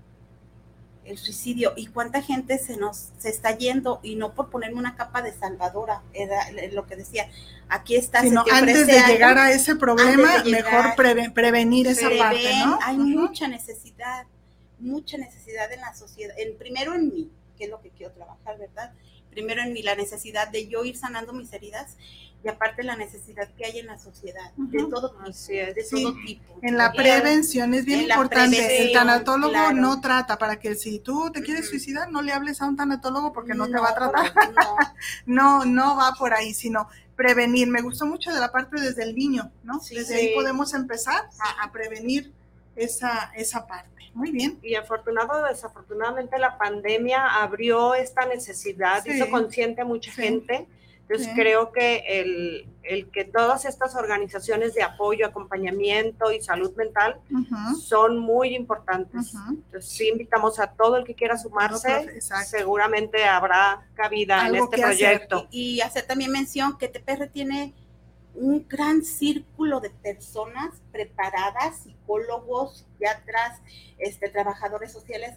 El suicidio. Y cuánta gente se nos se está yendo, y no por ponerme una capa de salvadora, era lo que decía. Aquí está, Sino se te antes ofrece de algo, llegar a ese problema, antes de llegar, mejor preve- prevenir esa se parte, ven, ¿no? hay Ujú. mucha necesidad, mucha necesidad en la sociedad. En, primero en mí, que es lo que quiero trabajar, ¿verdad? Primero en mí, la necesidad de yo ir sanando mis heridas, y aparte la necesidad que hay en la sociedad, uh-huh. de todo tipo, Así es, de sí. todo tipo. En la prevención es bien importante, el tanatólogo claro. no trata, para que si tú te quieres uh-huh. suicidar, no le hables a un tanatólogo porque no, no te va a tratar, no. no, no va por ahí, sino prevenir. Me gustó mucho de la parte desde el niño, ¿no? Sí, desde sí. ahí podemos empezar a, a prevenir esa, esa parte. Muy bien. Y afortunado o desafortunadamente la pandemia abrió esta necesidad, sí. hizo consciente a mucha sí. gente. Entonces sí. creo que el, el que todas estas organizaciones de apoyo, acompañamiento y salud mental uh-huh. son muy importantes. Uh-huh. Entonces sí invitamos a todo el que quiera sumarse, no, seguramente habrá cabida Algo en este proyecto. Hacer. Y, y hacer también mención que T P R tiene un gran círculo de personas preparadas, psicólogos, psiquiatras, este, trabajadores sociales,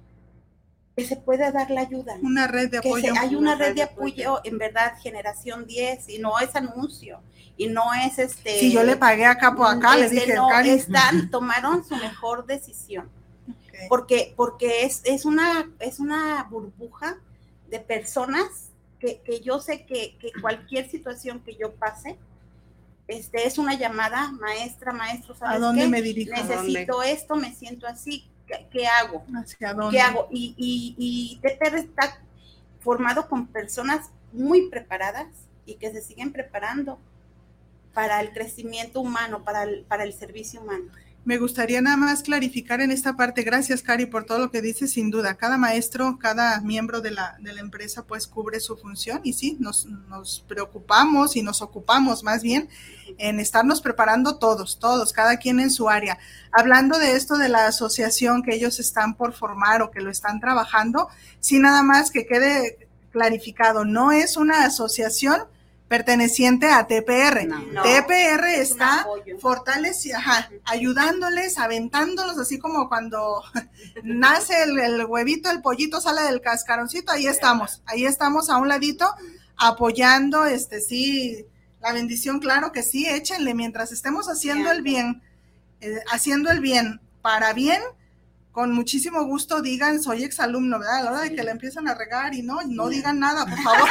que se puede dar la ayuda. Una red de apoyo. Se, hay una, una red, red de apoyo, apoyo, en verdad, Generación diez, y no es anuncio, y no es este... Si yo le pagué a capo acá, este, le dije, no, están, tomaron su mejor decisión, okay. porque, porque es, es, una, es una burbuja de personas que, que yo sé que, que cualquier situación que yo pase, este, es una llamada, maestra, maestro, ¿sabes ¿A dónde qué? me dirijo? Necesito esto, me siento así, ¿qué, qué hago? ¿Hacia dónde? ¿Qué hago? Y, y, y T P R está formado con personas muy preparadas y que se siguen preparando para el crecimiento humano, para el, para el servicio humano. Me gustaría nada más clarificar en esta parte, gracias Cari por todo lo que dices, sin duda, cada maestro, cada miembro de la, de la empresa pues cubre su función y sí, nos, nos preocupamos y nos ocupamos más bien en estarnos preparando todos, todos, cada quien en su área. Hablando de esto de la asociación que ellos están por formar o que lo están trabajando, sí nada más que quede clarificado, no es una asociación perteneciente a T P R. No, no, T P R está fortaleciendo, ajá, ayudándoles, aventándolos, así como cuando nace el, el huevito, el pollito sale del cascaroncito, ahí estamos, ahí estamos a un ladito, apoyando, este, sí, la bendición, claro que sí, échenle, mientras estemos haciendo el bien, eh, haciendo el bien para bien, con muchísimo gusto digan, soy exalumno, ¿verdad? A la hora de que le empiezan a regar y no, no digan nada, por favor.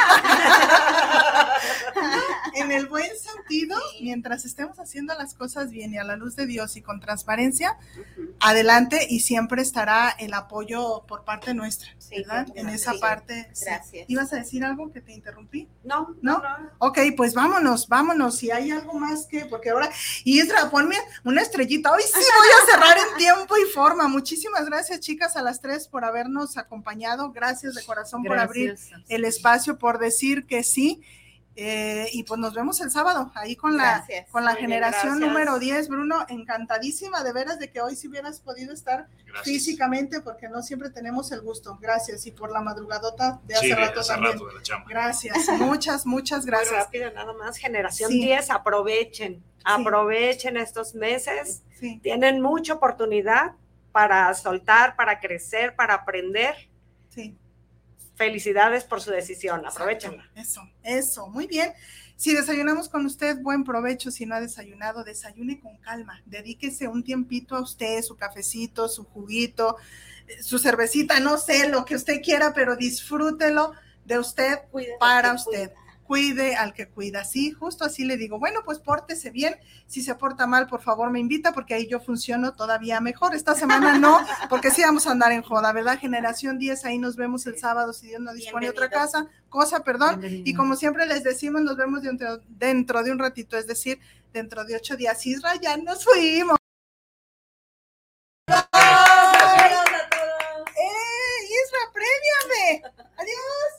En el buen sentido, mientras estemos haciendo las cosas bien y a la luz de Dios y con transparencia, uh-huh. adelante y siempre estará el apoyo por parte nuestra, ¿verdad? Sí, en esa sí, parte. Gracias. Sí. ¿Ibas a decir algo que te interrumpí? No, no, no, no. Ok, pues vámonos, vámonos. Si hay algo más que, porque ahora, Isra, ponme una estrellita. Hoy sí voy a cerrar en tiempo y forma. Muchísimas gracias, chicas, a las tres por habernos acompañado. Gracias de corazón gracias. por abrir el espacio, por decir que sí. Eh, y pues nos vemos el sábado ahí con gracias. la con la Muy generación bien, número diez. Bruno, encantadísima de veras de que hoy sí hubieras podido estar gracias. físicamente, porque no siempre tenemos el gusto. Gracias, y por la madrugadota de hace sí, rato hace también. Rato de la chamba. Gracias, muchas, muchas gracias. Muy rápido, nada más, generación sí. diez, aprovechen, sí. aprovechen estos meses, sí. tienen mucha oportunidad para soltar, para crecer, para aprender. Sí. Felicidades por su decisión, aprovechenla. Eso, eso, muy bien. Si desayunamos con usted, buen provecho. Si no ha desayunado, desayune con calma. Dedíquese un tiempito a usted, su cafecito, su juguito, su cervecita, no sé, lo que usted quiera, pero disfrútelo de usted Cuide para usted. Cuida. Cuide al que cuida, sí, justo así le digo, bueno, pues pórtese bien, si se porta mal, por favor me invita, porque ahí yo funciono todavía mejor, esta semana no, porque sí vamos a andar en joda, ¿verdad? Generación diez, ahí nos vemos el sábado, si Dios no dispone otra casa, cosa, perdón, Bienvenido. Y como siempre les decimos, nos vemos dentro, dentro de un ratito, es decir, dentro de ocho días, Isra, ya nos fuimos. ¡Adiós! ¡Adiós a todos! ¡Eh, Isra, préviame! ¡Adiós!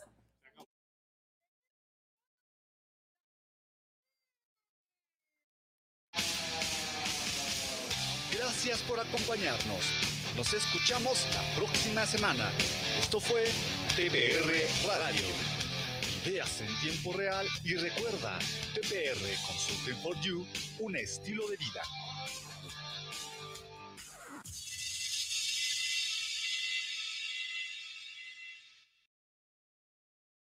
Gracias por acompañarnos. Nos escuchamos la próxima semana. Esto fue T P R Radio. Ideas en tiempo real y recuerda, T P R Consulting for You, un estilo de vida.